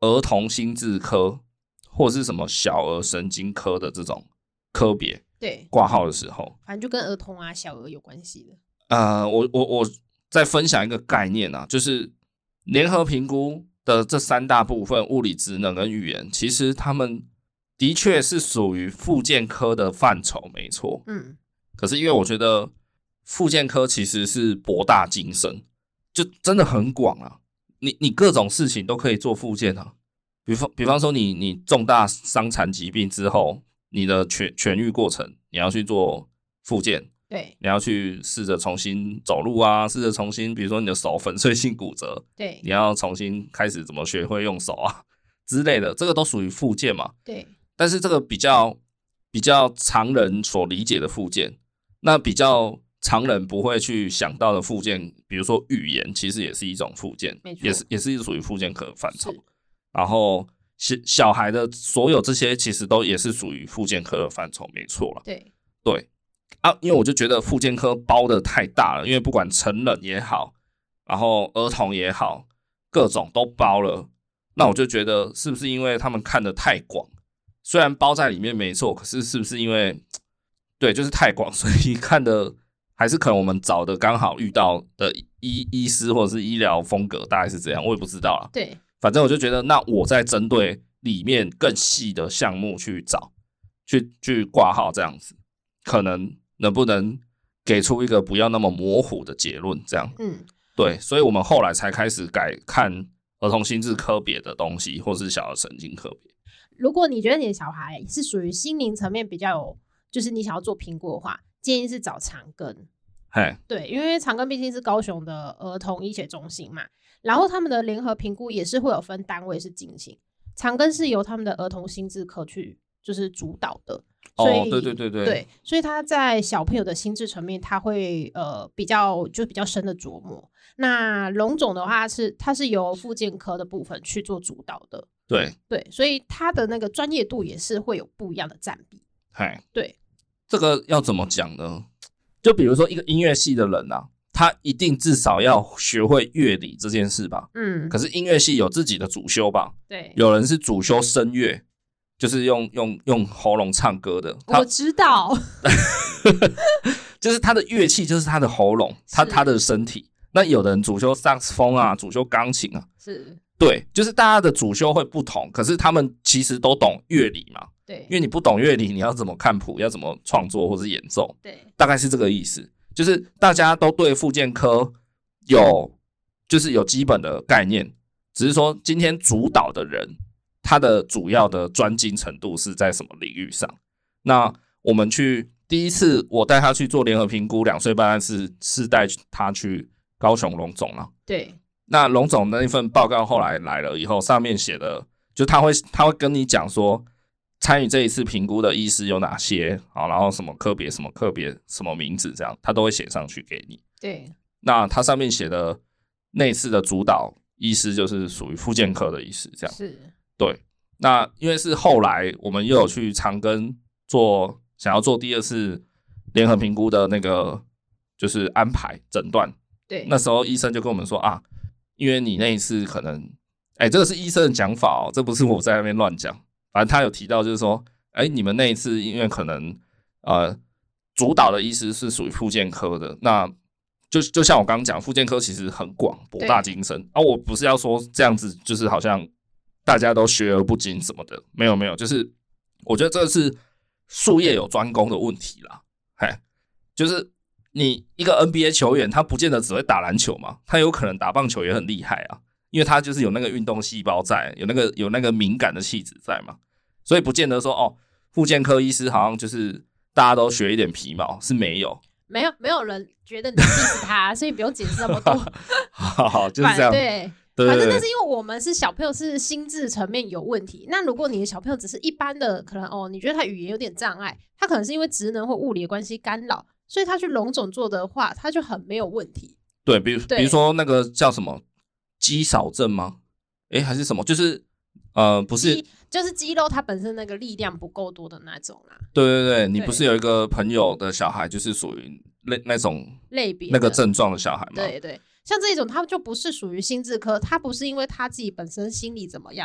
Speaker 2: 儿童心智科或是什么小儿神经科的这种科别
Speaker 3: 对
Speaker 2: 挂号的时候，
Speaker 3: 反正就跟儿童啊小儿有关系的。
Speaker 2: 呃，我我我再分享一个概念啊，就是联合评估的这三大部分，物理、职能跟语言，其实他们的确是属于复健科的范畴，没错。
Speaker 3: 嗯，
Speaker 2: 可是因为我觉得复健科其实是博大精深，就真的很广啊。你你各种事情都可以做复健啊。比方比方说你你重大伤残疾病之后，你的痊痊愈过程，你要去做复健。
Speaker 3: 对，
Speaker 2: 你要去试着重新走路啊，试着重新，比如说你的手粉碎性骨折，
Speaker 3: 对，
Speaker 2: 你要重新开始怎么学会用手啊之类的，这个都属于复健嘛。
Speaker 3: 对，
Speaker 2: 但是这个比较比较常人所理解的复健，那比较常人不会去想到的复健，比如说语言，其实也是一种复健，也是也是属于复健科范畴。然后小孩的所有这些，其实都也是属于复健科的范畴，没错啦。
Speaker 3: 对
Speaker 2: 对。啊，因为我就觉得复健科包的太大了，因为不管成人也好，然后儿童也好，各种都包了。那我就觉得是不是因为他们看得太广，虽然包在里面没错，可是是不是因为对就是太广，所以看的还是可能我们找的刚好遇到的医医师或者是医疗风格大概是这样，我也不知道啦。
Speaker 3: 对，
Speaker 2: 反正我就觉得，那我在针对里面更细的项目去找，去去挂号这样子，可能。能不能给出一个不要那么模糊的结论？这样，
Speaker 3: 嗯，
Speaker 2: 对，所以我们后来才开始改看儿童心智科别的东西，或是小儿神经科别。
Speaker 3: 如果你觉得你的小孩是属于心灵层面比较有，就是你想要做评估的话，建议是找长庚。
Speaker 2: 嘿，
Speaker 3: 对，因为长庚毕竟是高雄的儿童医学中心嘛，然后他们的联合评估也是会有分单位是进行，长庚是由他们的儿童心智科去就是主导的。所以、
Speaker 2: 哦，对对对对，
Speaker 3: 对，所以他在小朋友的心智层面，他会呃比较就比较深的琢磨。那龙总的话是，他是由复健科的部分去做主导的，
Speaker 2: 对
Speaker 3: 对，所以他的那个专业度也是会有不一样的占比。
Speaker 2: 嗨，
Speaker 3: 对，
Speaker 2: 这个要怎么讲呢？就比如说一个音乐系的人啊，他一定至少要学会乐理这件事吧？
Speaker 3: 嗯，
Speaker 2: 可是音乐系有自己的主修吧？
Speaker 3: 对，
Speaker 2: 有人是主修声乐。就是用用用喉咙唱歌的，
Speaker 3: 我知道，
Speaker 2: 就是他的乐器就是他的喉咙，他他的身体。那有的人主修萨克斯风啊，主修钢琴啊，
Speaker 3: 是，
Speaker 2: 对，就是大家的主修会不同，可是他们其实都懂乐理嘛，
Speaker 3: 对，
Speaker 2: 因为你不懂乐理，你要怎么看谱，要怎么创作或是演奏，
Speaker 3: 对，
Speaker 2: 大概是这个意思。就是大家都对复健科有就是有基本的概念，只是说今天主导的人。他的主要的专精程度是在什么领域上？那我们去第一次我带他去做联合评估，两岁半是是带他去高雄龙总了。
Speaker 3: 对，
Speaker 2: 那龙总那一份报告后来来了以后，上面写的就他会他会跟你讲说，参与这一次评估的医师有哪些，好，然后什么科别什么科别什么名字这样，他都会写上去给你。
Speaker 3: 对，
Speaker 2: 那他上面写的那次的主导医师就是属于复健科的医师，这样
Speaker 3: 是。
Speaker 2: 对，那因为是后来我们又有去长庚做想要做第二次联合评估的那个就是安排诊断，
Speaker 3: 对，
Speaker 2: 那时候医生就跟我们说啊，因为你那一次可能，哎，这个是医生的讲法哦，这不是我在那边乱讲，反正他有提到就是说，哎，你们那一次因为可能呃主导的医师是属于复健科的，那就就像我刚刚讲，复健科其实很广，博大精深啊，我不是要说这样子就是好像。大家都学而不精什么的，没有没有，就是我觉得这个是术业有专攻的问题啦。嘿，就是你一个 N B A 球员，他不见得只会打篮球嘛，他有可能打棒球也很厉害啊，因为他就是有那个运动细胞在，有那个有那个敏感的气质在嘛，所以不见得说哦，复健科医师好像就是大家都学一点皮毛，是没有，
Speaker 3: 没有没有人觉得你 diss 他，所以不用解释那么多。
Speaker 2: 好好，就是这样，
Speaker 3: 对。
Speaker 2: 对对对，
Speaker 3: 反正那是因为我们是小朋友，是心智层面有问题。那如果你的小朋友只是一般的，可能哦，你觉得他语言有点障碍，他可能是因为职能或物理的关系干扰，所以他去龙总做的话，他就很没有问题。
Speaker 2: 对，比如比如说那个叫什么肌少症吗？诶，还是什么？就是呃，不是，
Speaker 3: 就是肌肉它本身那个力量不够多的那种啦。
Speaker 2: 对对对，你不是有一个朋友的小孩，就是属于那那种
Speaker 3: 类别
Speaker 2: 那个症状的小孩吗？
Speaker 3: 对对。像这种他就不是属于心智科，他不是因为他自己本身心理怎么样，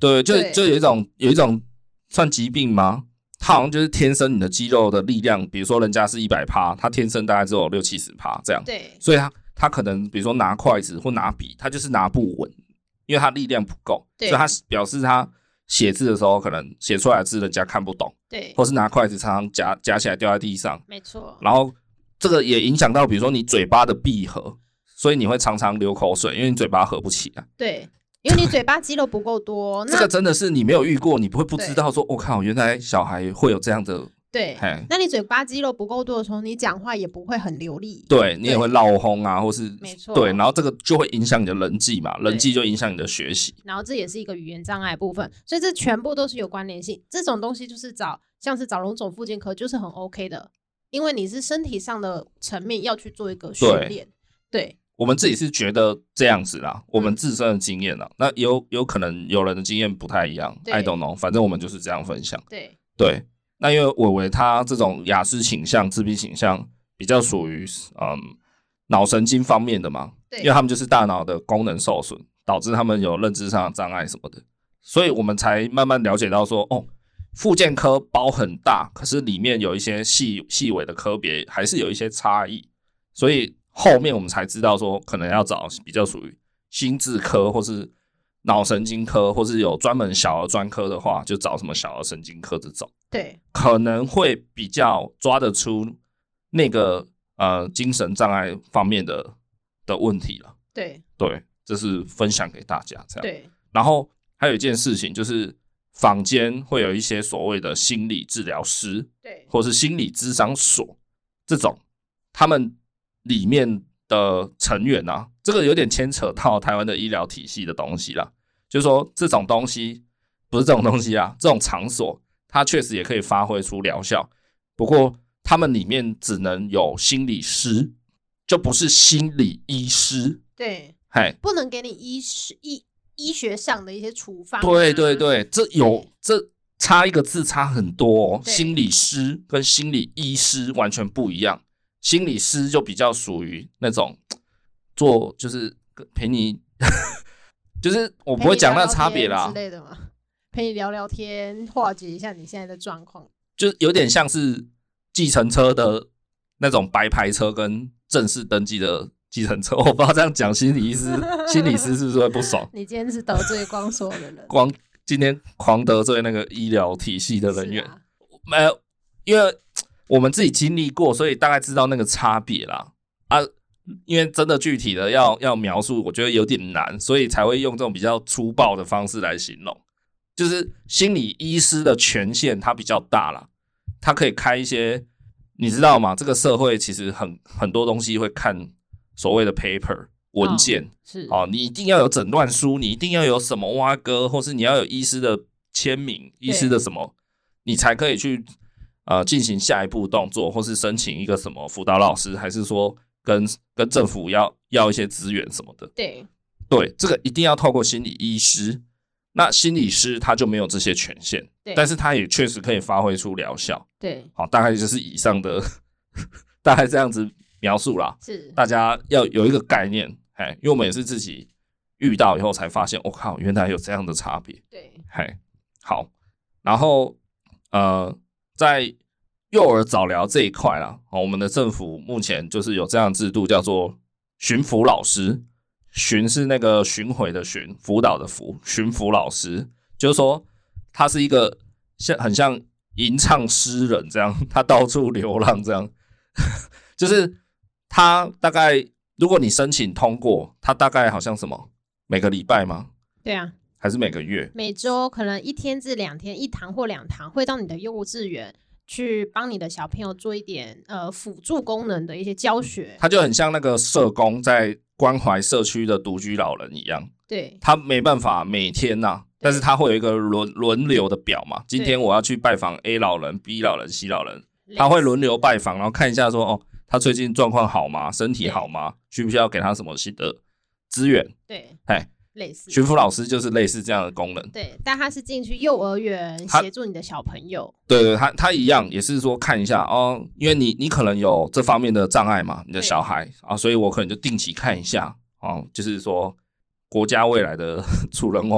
Speaker 2: 对，就就有一种有一种算疾病吗？它好像就是天生你的肌肉的力量，比如说人家是 百分之百，他天生大概只有六七十这样。
Speaker 3: 对，
Speaker 2: 所以他他可能比如说拿筷子或拿笔，他就是拿不稳，因为他力量不够，所以他表示他写字的时候可能写出来的字人家看不懂，
Speaker 3: 对，
Speaker 2: 或是拿筷子常常夹夹起来掉在地上，
Speaker 3: 没错。
Speaker 2: 然后这个也影响到比如说你嘴巴的闭合，所以你会常常流口水，因为你嘴巴合不起来。
Speaker 3: 对，因为你嘴巴肌肉不够多。
Speaker 2: 这个真的是你没有遇过，你不会不知道说我、哦、靠，原来小孩会有这样的。
Speaker 3: 对，那你嘴巴肌肉不够多的时候，你讲话也不会很流利，
Speaker 2: 对，你也会绕轰啊，或是
Speaker 3: 没错，
Speaker 2: 对，然后这个就会影响你的人际嘛，人际就影响你的学习，
Speaker 3: 然后这也是一个语言障碍的部分，所以这全部都是有关联性。这种东西就是找像是找荣总复健科就是很 OK 的，因为你是身体上的层面要去做一个训练。对，对
Speaker 2: 我们自己是觉得这样子啦，我们自身的经验啦，嗯、那有有可能有人的经验不太一样 ，I don't know， 反正我们就是这样分享。
Speaker 3: 对
Speaker 2: 对。那因为伟伟他这种亚斯倾向、自闭倾向比较属于嗯脑神经方面的嘛，因为他们就是大脑的功能受损，导致他们有认知上的障碍什么的，所以我们才慢慢了解到说，哦，复健科包很大，可是里面有一些细细微的科别，还是有一些差异，所以后面我们才知道说，可能要找比较属于心智科或是脑神经科，或是有专门小儿专科的话，就找什么小儿神经科这种。
Speaker 3: 对，
Speaker 2: 可能会比较抓得出那个呃精神障碍方面的的问题了。
Speaker 3: 对
Speaker 2: 对，这是分享给大家这样。
Speaker 3: 对，
Speaker 2: 然后还有一件事情就是坊间会有一些所谓的心理治疗师，
Speaker 3: 对，
Speaker 2: 或是心理咨商所这种，他们里面的成员啊，这个有点牵扯到台湾的医疗体系的东西啦。就是说这种东西不是这种东西啊，这种场所它确实也可以发挥出疗效，不过他们里面只能有心理师，就不是心理医师。
Speaker 3: 对，
Speaker 2: 嘿，
Speaker 3: 不能给你医医医学上的一些处方、啊。
Speaker 2: 对对对，这有这差一个字差很多哦。心理师跟心理医师完全不一样，心理师就比较属于那种做就是陪你，就是我不会讲那差别啦
Speaker 3: 之类的嘛。陪你聊聊天，化解一下你现在的状况，
Speaker 2: 就有点像是计程车的那种白牌车跟正式登记的计程车。我不知道这样讲，心理医师、心理师是不是会不爽？
Speaker 3: 你今天是得罪光所有的人，
Speaker 2: 光今天狂得罪那个医疗体系的人员。没有、啊，因为我们自己经历过，所以大概知道那个差别啦。啊，因为真的具体的要要描述，我觉得有点难，所以才会用这种比较粗暴的方式来形容。就是心理医师的权限它比较大啦，他可以开一些，你知道吗？这个社会其实很很多东西会看所谓的 paper 文件，哦
Speaker 3: 是
Speaker 2: 哦，你一定要有诊断书，你一定要有什么挖哥，或是你要有医师的签名，医师的什么，你才可以去呃进行下一步动作，或是申请一个什么辅导老师，还是说跟跟政府要要一些资源什么的。
Speaker 3: 对
Speaker 2: 对，这个一定要透过心理医师。那心理师他就没有这些权限，但是他也确实可以发挥出疗效。
Speaker 3: 对，
Speaker 2: 好，大概就是以上的大概这样子描述啦。
Speaker 3: 是，大
Speaker 2: 家要有一个概念，因为我们也是自己遇到以后才发现，我、哦、靠，原来有这样的差别。
Speaker 3: 对，
Speaker 2: 好，然后呃，在幼儿早疗这一块啦，我们的政府目前就是有这样的制度，叫做巡辅老师。巡是那个巡回的巡，辅导的辅，巡辅老师就是说他是一个像很像吟唱诗人这样，他到处流浪这样就是他大概如果你申请通过，他大概好像什么每个礼拜吗？
Speaker 3: 对啊，
Speaker 2: 还是每个月？
Speaker 3: 每周可能一天至两天，一堂或两堂会到你的幼稚园去帮你的小朋友做一点呃辅助功能的一些教学。
Speaker 2: 他就很像那个社工在关怀社区的独居老人一样，
Speaker 3: 对，
Speaker 2: 他没办法每天啊，但是他会有一个轮轮流的表嘛。今天我要去拜访 A 老人、B 老人、C 老人，他会轮流拜访，然后看一下说，哦，他最近状况好吗？身体好吗？需不需要给他什么新的资源？
Speaker 3: 对，
Speaker 2: 哎，
Speaker 3: 类似
Speaker 2: 巡辅老师就是类似这样的功能。
Speaker 3: 对，但他是进去幼儿园协助你的小朋友。
Speaker 2: 对对，他他一样也是说看一下哦，因为你你可能有这方面的障碍嘛，你的小孩啊，所以我可能就定期看一下哦，就是说国家未来的主人翁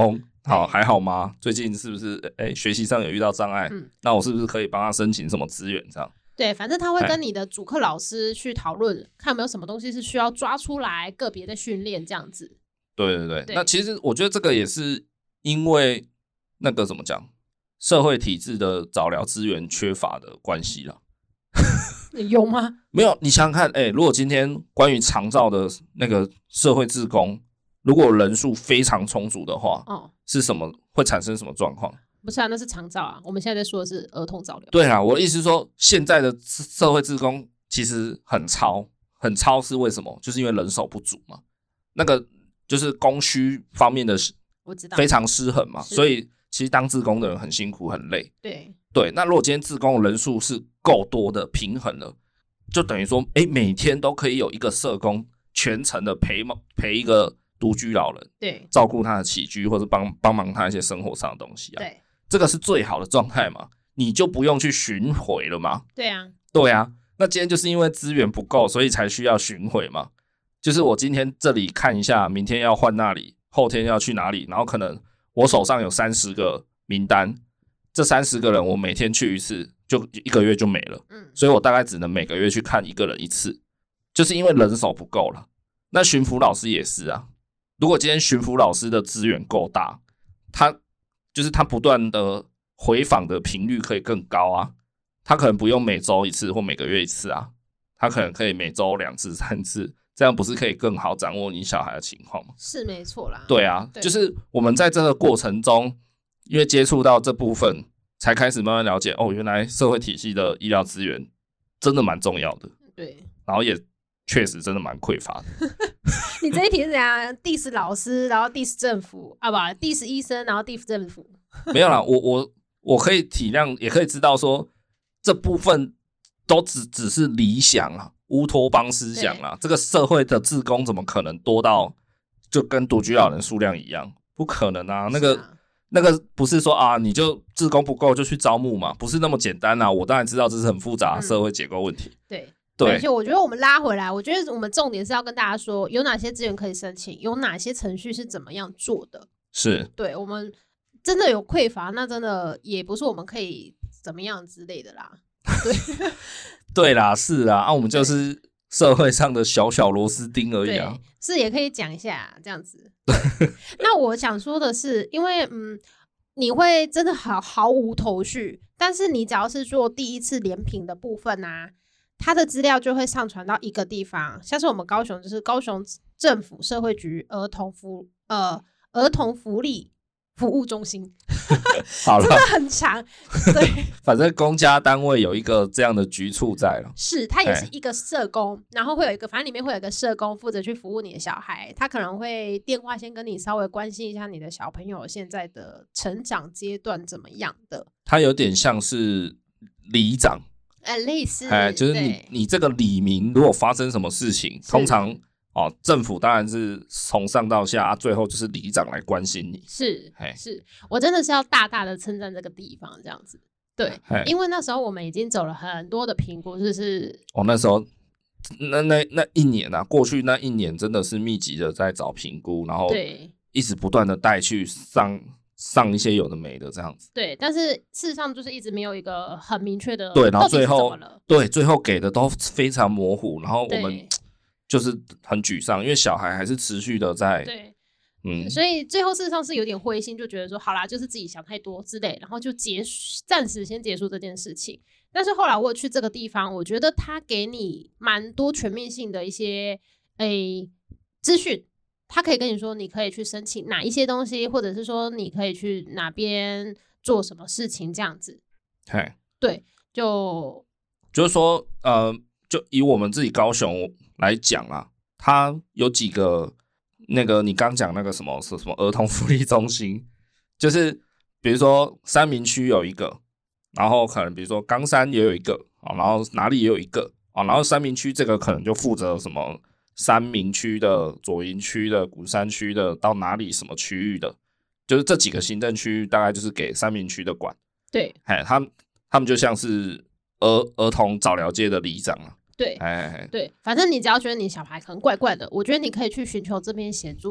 Speaker 2: 好还好吗？最近是不是哎、欸、学习上有遇到障碍、嗯？那我是不是可以帮他申请什么资源这样？
Speaker 3: 对，反正他会跟你的主课老师去讨论，看有没有什么东西是需要抓出来个别的训练这样子。
Speaker 2: 对对 对, 对，那其实我觉得这个也是因为那个怎么讲，社会体制的早疗资源缺乏的关系啦。
Speaker 3: 有吗？
Speaker 2: 没有，你想想看，哎、欸，如果今天关于长照的那个社会志工，如果人数非常充足的话，哦，是什么会产生什么状况？
Speaker 3: 不是啊，那是长照啊，我们现在在说的是儿童早疗。
Speaker 2: 对啊，我的意思是说，现在的社会志工其实很超，很超是为什么？就是因为人手不足嘛，那个就是供需方面的
Speaker 3: 我知道
Speaker 2: 非常失衡嘛，所以其实当志工的人很辛苦很累。
Speaker 3: 对
Speaker 2: 对，那如果今天志工的人数是够多的平衡了，就等于说，哎，每天都可以有一个社工全程的陪陪一个独居老人，
Speaker 3: 对，
Speaker 2: 照顾他的起居或者帮帮忙他一些生活上的东西啊。
Speaker 3: 对，
Speaker 2: 这个是最好的状态嘛，你就不用去巡回了嘛。
Speaker 3: 对啊，
Speaker 2: 对啊，那今天就是因为资源不够，所以才需要巡回嘛。就是我今天这里看一下，明天要换那里，后天要去哪里，然后可能我手上有三十个名单，这三十个人我每天去一次，就一个月就没了。嗯，所以我大概只能每个月去看一个人一次，就是因为人手不够了。那巡辅老师也是啊，如果今天巡辅老师的资源够大，他就是他不断的回访的频率可以更高啊，他可能不用每周一次或每个月一次啊，他可能可以每周两次三次，这样不是可以更好掌握你小孩的情况吗？
Speaker 3: 是没错啦。
Speaker 2: 对啊，对，就是我们在这个过程中，因为接触到这部分，才开始慢慢了解，哦，原来社会体系的医疗资源真的蛮重要的。
Speaker 3: 对，
Speaker 2: 然后也确实真的蛮匮乏的。
Speaker 3: 你这一题是怎样 diss 老师，然后 diss 政府啊？不 diss 医生，然后 diss 政府？
Speaker 2: 没有啦，我我我可以体谅，也可以知道说这部分都只只是理想啊，乌托邦思想啦。这个社会的志工怎么可能多到就跟独居老人数量一样？不可能啊！那个、啊、那个不是说啊，你就志工不够就去招募嘛，不是那么简单啊。我当然知道这是很复杂的社会结构问题。嗯、
Speaker 3: 对。
Speaker 2: 对，
Speaker 3: 而且我觉得我们拉回来，我觉得我们重点是要跟大家说，有哪些资源可以申请，有哪些程序是怎么样做的。
Speaker 2: 是，
Speaker 3: 对，我们真的有匮乏，那真的也不是我们可以怎么样之类的啦。对，
Speaker 2: 对啦，是啦，啊，我们就是社会上的小小螺丝钉而已啊。
Speaker 3: 是，也可以讲一下这样子。那我想说的是，因为嗯，你会真的好毫无头绪，但是你只要是做第一次联评的部分啊。它的资料就会上传到一个地方，像是我们高雄就是高雄政府社会局儿童福呃儿童福利服务中心，
Speaker 2: 好了，
Speaker 3: 真的很长。对，
Speaker 2: 反正公家单位有一个这样的局处在了，
Speaker 3: 是它也是一个社工，然后会有一个，反正里面会有一个社工负责去服务你的小孩，他可能会电话先跟你稍微关心一下你的小朋友现在的成长阶段怎么样的，
Speaker 2: 他有点像是里长。
Speaker 3: 呃，类似，
Speaker 2: 哎，就是你你这个里民如果发生什么事情，通常哦，政府当然是从上到下，啊、最后就是里长来关心你。
Speaker 3: 是，是我真的是要大大的称赞这个地方，这样子。对，因为那时候我们已经走了很多的评估，就是
Speaker 2: 哦，那时候那那那一年啊，过去那一年真的是密集的在找评估，然后
Speaker 3: 对，
Speaker 2: 一直不断的带去上。上一些有的没的这样子，
Speaker 3: 对，但是事实上就是一直没有一个很明确的，
Speaker 2: 对，然后最后对最后给的都非常模糊，然后我们就是很沮丧，因为小孩还是持续的在，
Speaker 3: 对，嗯，所以最后事实上是有点灰心，就觉得说好啦，就是自己想太多之类，然后就结束，暂时先结束这件事情。但是后来我有去这个地方，我觉得他给你蛮多全面性的一些诶资讯。他可以跟你说，你可以去申请哪一些东西，或者是说你可以去哪边做什么事情，这样子。对，就
Speaker 2: 就是说，呃，就以我们自己高雄来讲啊，它有几个那个你刚讲那个什么是什么儿童福利中心，就是比如说三民区有一个，然后可能比如说冈山也有一个，然后哪里也有一个，然后三民区这个可能就负责什么。三民区的、左营区的、鼓山区的，到哪里什么区域的，就是这几个行政区大概就是给三民区的管。
Speaker 3: 对，
Speaker 2: 哎，他们他们就像是儿儿童早疗界的里长啊。
Speaker 3: 对，哎，对，反正你只要觉得你小孩可能怪怪的，我觉得你可以去寻求这边协助，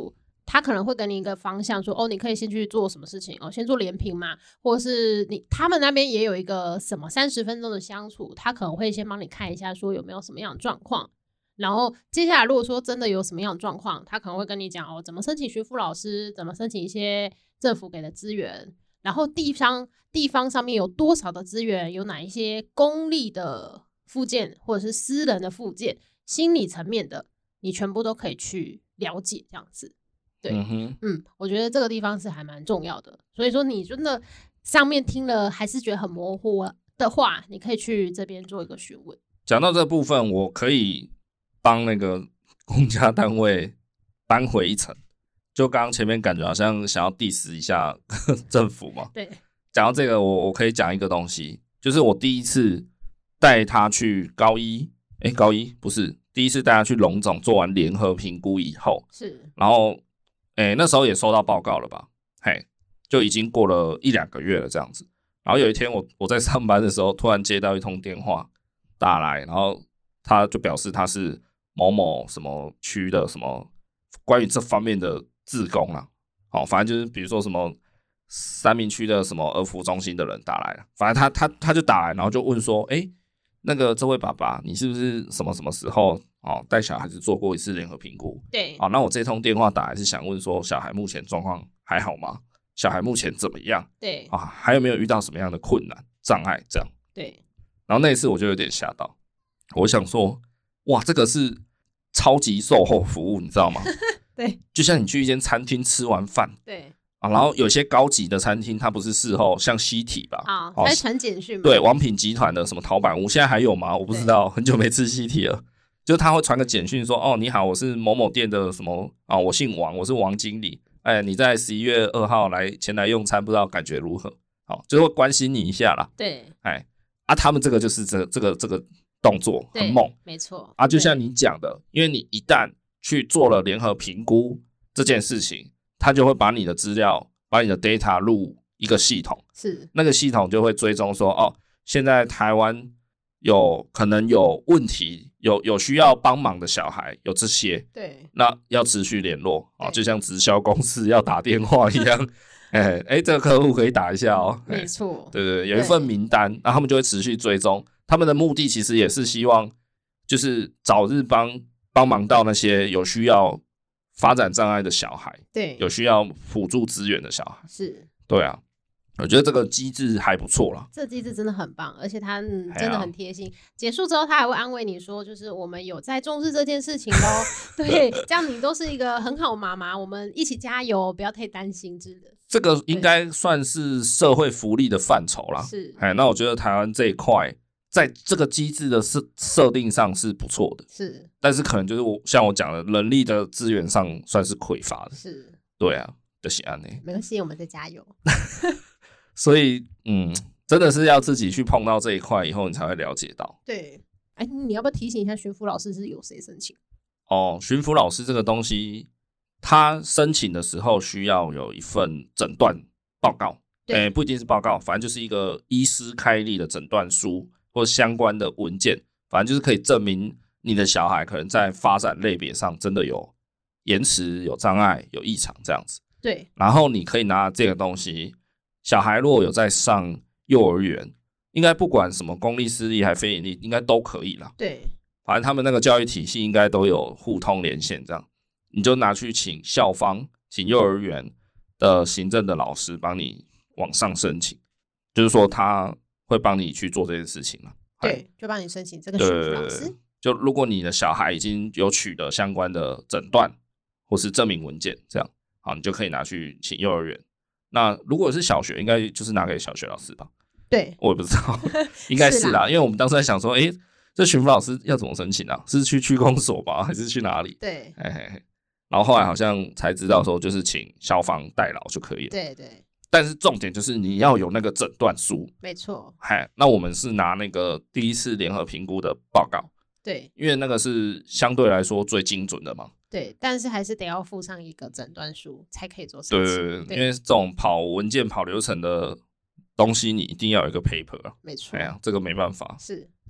Speaker 3: 他可能会给你一个方向说，哦，你可以先去做什么事情哦，先做连评嘛，或者是你他们那边也有一个什么三十分钟的相处，他可能会先帮你看一下说有没有什么样的状况，然后接下来如果说真的有什么样的状况，他可能会跟你讲哦，怎么申请学副老师，怎么申请一些政府给的资源，然后地方地方上面有多少的资源，有哪一些公立的复健或者是私人的复健，心理层面的你全部都可以去了解这样子。对，嗯哼，嗯，我觉得这个地方是还蛮重要的，所以说你真的上面听了还是觉得很模糊的话，你可以去这边做一个询问。
Speaker 2: 讲到这部分，我可以帮那个公家单位扳回一层，就刚刚前面感觉好像想要 diss 一下政府嘛。
Speaker 3: 对，
Speaker 2: 讲到这个，我我可以讲一个东西，就是我第一次带他去高一，哎，高一不是第一次带他去龙总做完联合评估以后，
Speaker 3: 是，
Speaker 2: 然后。欸，那时候也收到报告了吧？嘿，就已经过了一两个月了这样子。然后有一天我我在上班的时候，突然接到一通电话打来，然后他就表示他是某某什么区的什么关于这方面的志工啦。好，反正就是比如说什么三民区的什么儿福中心的人打来了，反正他他他就打来，然后就问说，哎，那个这位爸爸，你是不是什么什么时候？哦，带小孩子做过一次联合评估，
Speaker 3: 对，
Speaker 2: 哦，那我这通电话打来是想问说，小孩目前状况还好吗？小孩目前怎么样？
Speaker 3: 对，
Speaker 2: 啊，还有没有遇到什么样的困难障碍？这样，
Speaker 3: 对。
Speaker 2: 然后那一次我就有点吓到，我想说，哇，这个是超级售后服务，你知道吗？
Speaker 3: 对，
Speaker 2: 就像你去一间餐厅吃完饭，
Speaker 3: 对。
Speaker 2: 啊，然后有些高级的餐厅，它不是事后像西体吧？
Speaker 3: 啊，在传简讯嘛。
Speaker 2: 对，王品集团的什么陶板屋，现在还有吗？我不知道，很久没吃西体了。就是他会传个简讯说，哦，你好，我是某某店的什么啊，我姓王，我是王经理，哎，你在十一月二号来前来用餐，不知道感觉如何？好，就是会关心你一下啦。
Speaker 3: 对，
Speaker 2: 哎，啊，他们这个就是这这个这个动作很猛，
Speaker 3: 没错
Speaker 2: 啊，就像你讲的，因为你一旦去做了联合评估这件事情，他就会把你的资料，把你的 data 入一个系统，
Speaker 3: 是
Speaker 2: 那个系统就会追踪说，哦，现在台湾有可能有问题。有有需要帮忙的小孩有这些，
Speaker 3: 对，
Speaker 2: 那要持续联络啊，就像直销公司要打电话一样，哎哎，这个客户可以打一下哦，
Speaker 3: 没错，
Speaker 2: 对对对，有一份名单，那他们就会持续追踪。他们的目的其实也是希望，就是早日帮帮忙到那些有需要发展障碍的小孩，
Speaker 3: 对，
Speaker 2: 有需要辅助资源的小孩，
Speaker 3: 是，
Speaker 2: 对啊。我觉得这个机制还不错啦，
Speaker 3: 这个机制真的很棒，而且他、嗯、真的很贴心。结束之后，他还会安慰你说，就是我们有在重视这件事情咯。对，这样你都是一个很好妈妈，我们一起加油，不要太担心之类的。
Speaker 2: 这个应该算是社会福利的范畴啦。
Speaker 3: 是，
Speaker 2: 哎，那我觉得台湾这一块在这个机制的设设定上是不错的，
Speaker 3: 是，
Speaker 2: 但是可能就是我像我讲的，人力的资源上算是匮乏的。
Speaker 3: 是，
Speaker 2: 对啊，就是这样。
Speaker 3: 没关系，我们再加油。
Speaker 2: 所以，嗯，真的是要自己去碰到这一块以后，你才会了解到。
Speaker 3: 对，哎，你要不要提醒一下巡抚老师是有谁申请？
Speaker 2: 哦，巡抚老师这个东西，他申请的时候需要有一份诊断报告，哎，不一定是报告，反正就是一个医师开立的诊断书或相关的文件，反正就是可以证明你的小孩可能在发展类别上真的有延迟、有障碍、有异常这样子。
Speaker 3: 对，
Speaker 2: 然后你可以拿这个东西。小孩如果有在上幼儿园，应该不管什么公立私立还非营利，应该都可以啦。
Speaker 3: 对，
Speaker 2: 反正他们那个教育体系应该都有互通连线，这样你就拿去请校方、请幼儿园的行政的老师帮你往上申请，就是说他会帮你去做这件事情了。
Speaker 3: 对，就帮你申请这个巡抚老师。
Speaker 2: 就如果你的小孩已经有取得相关的诊断或是证明文件，这样好，你就可以拿去请幼儿园。那如果是小学，应该就是拿给小学老师吧？
Speaker 3: 对，
Speaker 2: 我也不知道，应该是啦，因为我们当时在想说，哎，这巡抚老师要怎么申请啊？是去区公所吧，还是去哪里？
Speaker 3: 对，
Speaker 2: 嘿嘿嘿。然后后来好像才知道说，就是请校方代劳就可以了。
Speaker 3: 对对。
Speaker 2: 但是重点就是你要有那个诊断书。
Speaker 3: 没错。
Speaker 2: 嗨，那我们是拿那个第一次联合评估的报告。
Speaker 3: 对，
Speaker 2: 因为那个是相对来说最精准的嘛。
Speaker 3: 对，但是还是得要附上一个诊断书才可以做申请。
Speaker 2: 对对对，因为这种跑文件、跑流程的东西，你一定要有一个 paper 啊。
Speaker 3: 没错。
Speaker 2: 哎呀，这个没办法。
Speaker 3: 是。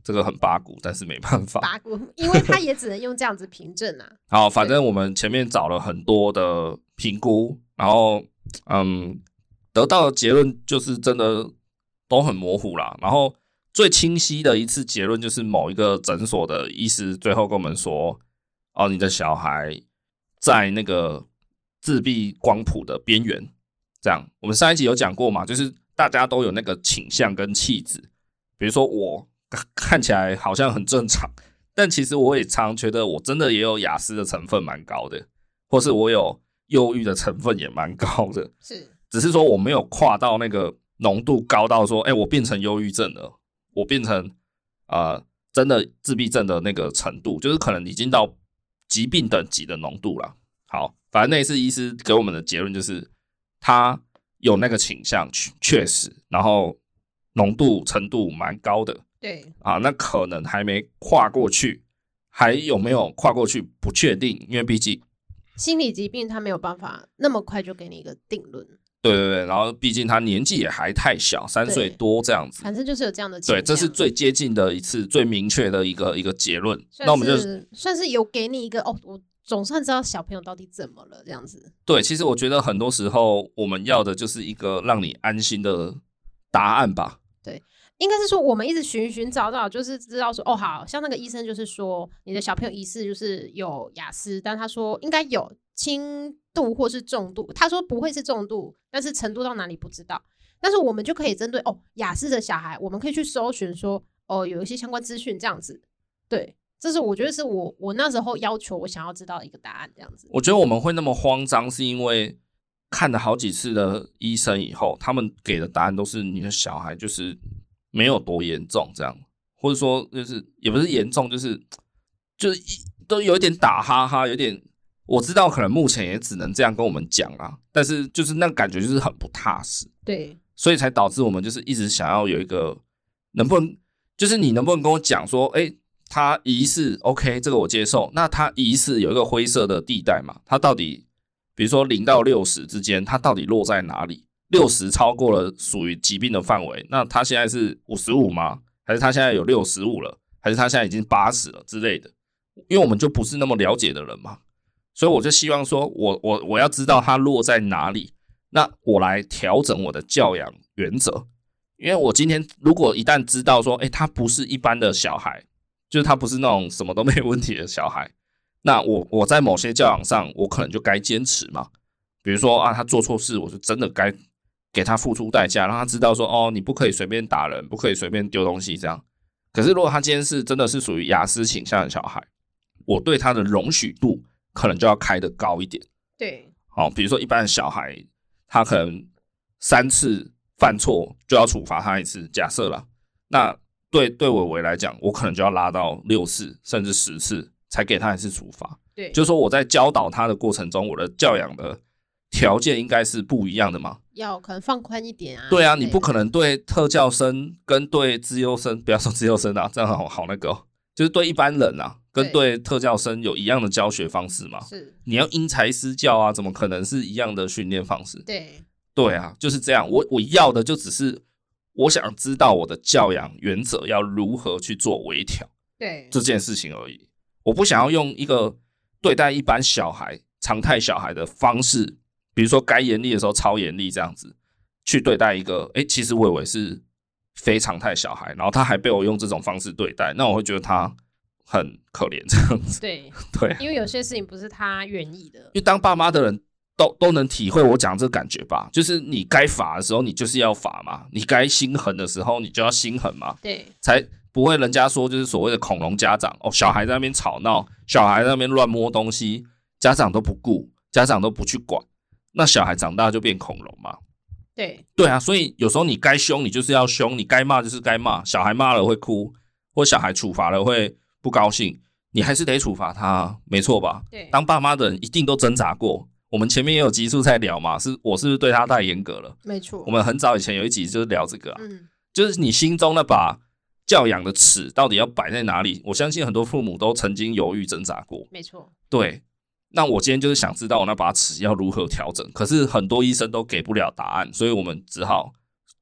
Speaker 2: 这个很八股，但是没办法。
Speaker 3: 八股，因为他也只能用这样子凭证啊。
Speaker 2: 好，反正我们前面找了很多的评估，然后嗯，得到的结论就是真的都很模糊啦。然后最清晰的一次结论就是某一个诊所的医师最后跟我们说，哦，你的小孩在那个自闭光谱的边缘。这样，我们上一集有讲过嘛，就是大家都有那个倾向跟气质。比如说我看起来好像很正常，但其实我也常觉得我真的也有亚斯的成分蛮高的，或是我有忧郁的成分也蛮高的，
Speaker 3: 是，
Speaker 2: 只是说我没有跨到那个浓度高到说，哎、欸，我变成忧郁症了，我变成呃真的自闭症的那个程度，就是可能已经到疾病等级的浓度了。好，反正那一次医师给我们的结论就是他有那个倾向，确实，然后浓度程度蛮高的。
Speaker 3: 对
Speaker 2: 啊，那可能还没跨过去，还有没有跨过去不确定，因为毕竟
Speaker 3: 心理疾病他没有办法那么快就给你一个定论。
Speaker 2: 对对对，然后毕竟他年纪也还太小，三岁多这样子，
Speaker 3: 反正就是有这样的倾向。
Speaker 2: 对，这是最接近的一次最明确的一个一个结论。
Speaker 3: 那我们就算是有给你一个哦，我总算知道小朋友到底怎么了这样子。
Speaker 2: 对，其实我觉得很多时候我们要的就是一个让你安心的答案吧。
Speaker 3: 对。应该是说我们一直寻寻找找，就是知道说哦，好像那个医生就是说你的小朋友疑似就是有亚斯，但他说应该有轻度或是重度，他说不会是重度，但是程度到哪里不知道。但是我们就可以针对哦亚斯的小孩，我们可以去搜寻说哦有一些相关资讯这样子。对，这是我觉得是我我那时候要求我想要知道的一个答案这样子。
Speaker 2: 我觉得我们会那么慌张，是因为看了好几次的医生以后，他们给的答案都是你的小孩就是没有多严重这样，或者说就是也不是严重，就是就是都有一点打哈哈，有点我知道可能目前也只能这样跟我们讲啦，但是就是那感觉就是很不踏实，
Speaker 3: 对，
Speaker 2: 所以才导致我们就是一直想要有一个能不能就是你能不能跟我讲说，哎、欸，他疑似 OK 这个我接受，那他疑似有一个灰色的地带嘛，他到底比如说零到六十之间，他到底落在哪里？六十超过了属于疾病的范围，那他现在是五十五吗？还是他现在有六十五了？还是他现在已经八十了之类的？因为我们就不是那么了解的人嘛，所以我就希望说我我我要知道他落在哪里，那我来调整我的教养原则。因为我今天如果一旦知道说，哎、欸，他不是一般的小孩，就是他不是那种什么都没有问题的小孩，那我我在某些教养上，我可能就该坚持嘛。比如说啊，他做错事，我就真的该给他付出代价，让他知道说，哦，你不可以随便打人，不可以随便丢东西这样。可是如果他今天是真的是属于亚斯倾向的小孩，我对他的容许度可能就要开得高一点。
Speaker 3: 对，
Speaker 2: 好、哦，比如说一般的小孩，他可能三次犯错就要处罚他一次，假设啦，那对对伟伟来讲，我可能就要拉到六次甚至十次才给他一次处罚。
Speaker 3: 对，
Speaker 2: 就是说我在教导他的过程中，我的教养的条件应该是不一样的嘛，
Speaker 3: 要可能放宽一点啊。
Speaker 2: 对啊，你不可能对特教生跟对资优生，不要说资优生啊，这样好好那个、哦，就是对一般人啊，跟对特教生有一样的教学方式嘛。
Speaker 3: 是，
Speaker 2: 你要因材施教啊，怎么可能是一样的训练方式？
Speaker 3: 对，
Speaker 2: 对啊，就是这样。我我要的就只是我想知道我的教养原则要如何去做微调，
Speaker 3: 对
Speaker 2: 这件事情而已。我不想要用一个对待一般小孩、常态小孩的方式。比如说该严厉的时候超严厉这样子去对待一个，诶，其实我以为是非常态小孩，然后他还被我用这种方式对待，那我会觉得他很可怜这样子。
Speaker 3: 对
Speaker 2: 对，
Speaker 3: 因为有些事情不是他愿意的。
Speaker 2: 因为当爸妈的人都都能体会我讲这个感觉吧，就是你该罚的时候你就是要罚嘛，你该心狠的时候你就要心狠嘛，
Speaker 3: 对，
Speaker 2: 才不会人家说就是所谓的恐龙家长哦，小孩在那边吵闹，小孩在那边乱摸东西，家长都不顾，家长都不去管。那小孩长大就变恐龙嘛？
Speaker 3: 对
Speaker 2: 对啊，所以有时候你该凶你就是要凶，你该骂就是该骂。小孩骂了会哭，或小孩处罚了会不高兴，你还是得处罚他，没错吧？
Speaker 3: 对，
Speaker 2: 当爸妈的人一定都挣扎过。我们前面也有集数在聊嘛，是我是不是对他太严格了？
Speaker 3: 没错，
Speaker 2: 我们很早以前有一集就是聊这个啊，
Speaker 3: 嗯，
Speaker 2: 就是你心中那把教养的尺到底要摆在哪里？我相信很多父母都曾经犹豫挣扎过。
Speaker 3: 没错，
Speaker 2: 对。那我今天就是想知道我那把尺要如何调整，可是很多医生都给不了答案，所以我们只好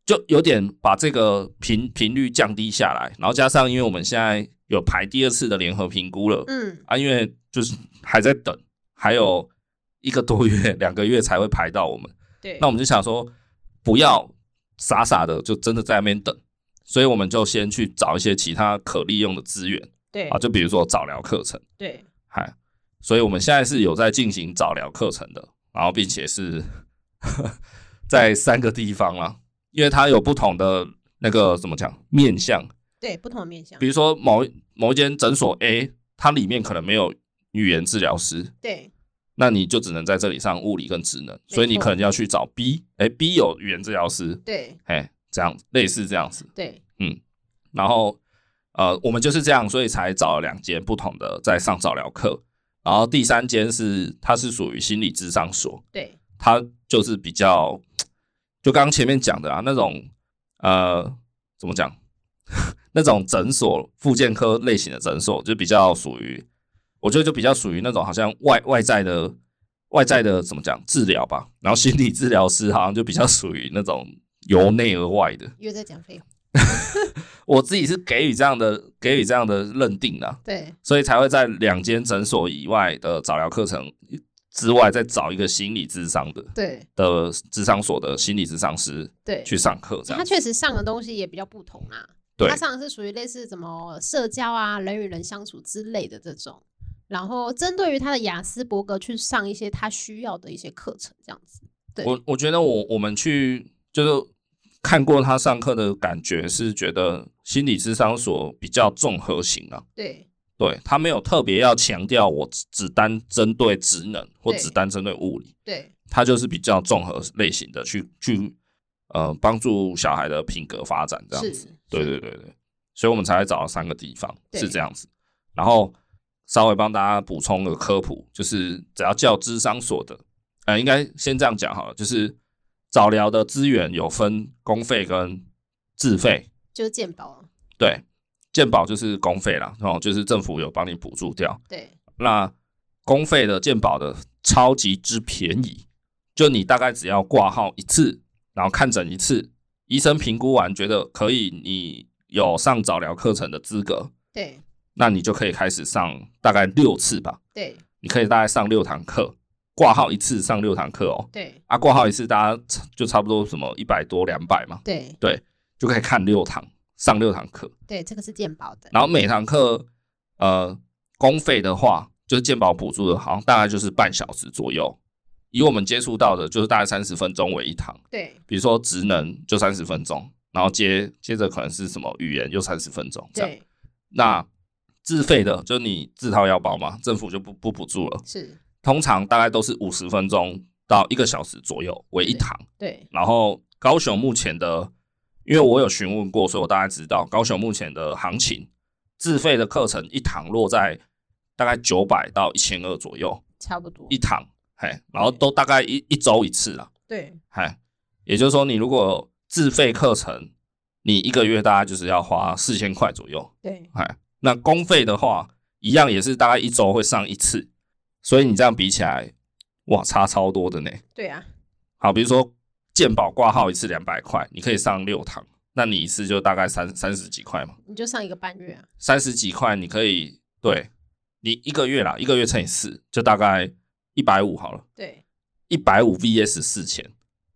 Speaker 2: 就有点把这个频频率降低下来，然后加上因为我们现在有排第二次的联合评估了，嗯啊，因为就是还在等，还有一个多月、两个月才会排到我们，
Speaker 3: 对，
Speaker 2: 那我们就想说不要傻傻的就真的在那边等，所以我们就先去找一些其他可利用的资源，
Speaker 3: 对
Speaker 2: 啊，就比如说早疗课程，
Speaker 3: 对，
Speaker 2: 嗨，所以我们现在是有在进行早疗课程的，然后并且是在三个地方啦。因为它有不同的那个怎么讲面向，
Speaker 3: 对，不同的面向。
Speaker 2: 比如说某某一间诊所 A， 它里面可能没有语言治疗师，
Speaker 3: 对，
Speaker 2: 那你就只能在这里上物理跟职能，所以你可能要去找 B， 哎 ，B 有语言治疗师，
Speaker 3: 对，
Speaker 2: 哎，这样类似这样子，
Speaker 3: 对，
Speaker 2: 嗯，然后呃，我们就是这样，所以才找了两间不同的在上早疗课，然后第三间是它是属于心理咨商所，
Speaker 3: 对，
Speaker 2: 它就是比较。就刚刚前面讲的啊，那种呃怎么讲，那种诊所复健科类型的诊所，就比较属于，我觉得就比较属于那种好像外外在的外在的怎么讲治疗吧，然后心理治疗师好像就比较属于那种由内而外的。
Speaker 3: 又在讲废话。
Speaker 2: 我自己是给予这样的给予这样的认定啦，
Speaker 3: 对，
Speaker 2: 所以才会在两间诊所以外的早疗课程之外，再找一个心理咨商的，
Speaker 3: 对
Speaker 2: 的咨商所的心理咨商师，
Speaker 3: 对，
Speaker 2: 去上课这样。
Speaker 3: 他确实上的东西也比较不同啊，
Speaker 2: 对，
Speaker 3: 他上的是属于类似什么社交啊、人与人相处之类的这种，然后针对于他的雅斯伯格去上一些他需要的一些课程这样子。对，
Speaker 2: 我我觉得我我们去就是看过他上课的感觉是觉得心理咨商所比较综合型啊，
Speaker 3: 对。
Speaker 2: 对，他没有特别要强调我只单针对职能或只单针对物理，
Speaker 3: 对，
Speaker 2: 他就是比较综合类型的去去呃帮助小孩的品格发展这样子，对对对对，所以我们才会找到三个地方是这样子，然后稍微帮大家补充个科普，就是只要叫諮商所的，呃，应该先这样讲好了，就是早疗的资源有分公费跟自费，
Speaker 3: 就是健保，
Speaker 2: 对。健保就是公费啦，哦，就是政府有帮你补助掉。
Speaker 3: 对，
Speaker 2: 那公费的健保的超级之便宜，就你大概只要挂号一次，然后看诊一次，医生评估完觉得可以，你有上早疗课程的资格，
Speaker 3: 对，
Speaker 2: 那你就可以开始上大概六次吧。
Speaker 3: 对，
Speaker 2: 你可以大概上六堂课，挂号一次上六堂课哦。
Speaker 3: 对，
Speaker 2: 啊，挂号一次大家就差不多什么一百多两百嘛。
Speaker 3: 对，
Speaker 2: 对，就可以看六堂。上六堂课，
Speaker 3: 对，这个是健保的。
Speaker 2: 然后每堂课，呃，公费的话，就是健保补助的，好像大概就是半小时左右。以我们接触到的，就是大概三十分钟为一堂。
Speaker 3: 对，
Speaker 2: 比如说职能就三十分钟，然后接接着可能是什么语言又三十分钟这样。
Speaker 3: 对，
Speaker 2: 那自费的，就你自掏腰包嘛，政府就不不补助了。
Speaker 3: 是，
Speaker 2: 通常大概都是五十分钟到一个小时左右为一堂。
Speaker 3: 对，对，
Speaker 2: 然后高雄目前的。因为我有询问过，所以我大概知道高雄目前的行情，自费的课程一堂落在大概九百到一千二左右，
Speaker 3: 差不多
Speaker 2: 一堂，嘿，然后都大概一一周一次啦，
Speaker 3: 对，
Speaker 2: 嘿，也就是说，你如果自费课程，你一个月大概就是要花四千块左右，
Speaker 3: 对，
Speaker 2: 嘿，那公费的话，一样也是大概一周会上一次，所以你这样比起来，哇，差超多的呢。
Speaker 3: 对啊，
Speaker 2: 好，比如说。健保挂号一次两百块，你可以上六堂，那你一次就大概三三十几块嘛，
Speaker 3: 你就上一个半月啊，
Speaker 2: 三十几块你可以对，你一个月啦，一个月乘以四，就大概一百五好了，
Speaker 3: 对，
Speaker 2: 一百五 vs 四千，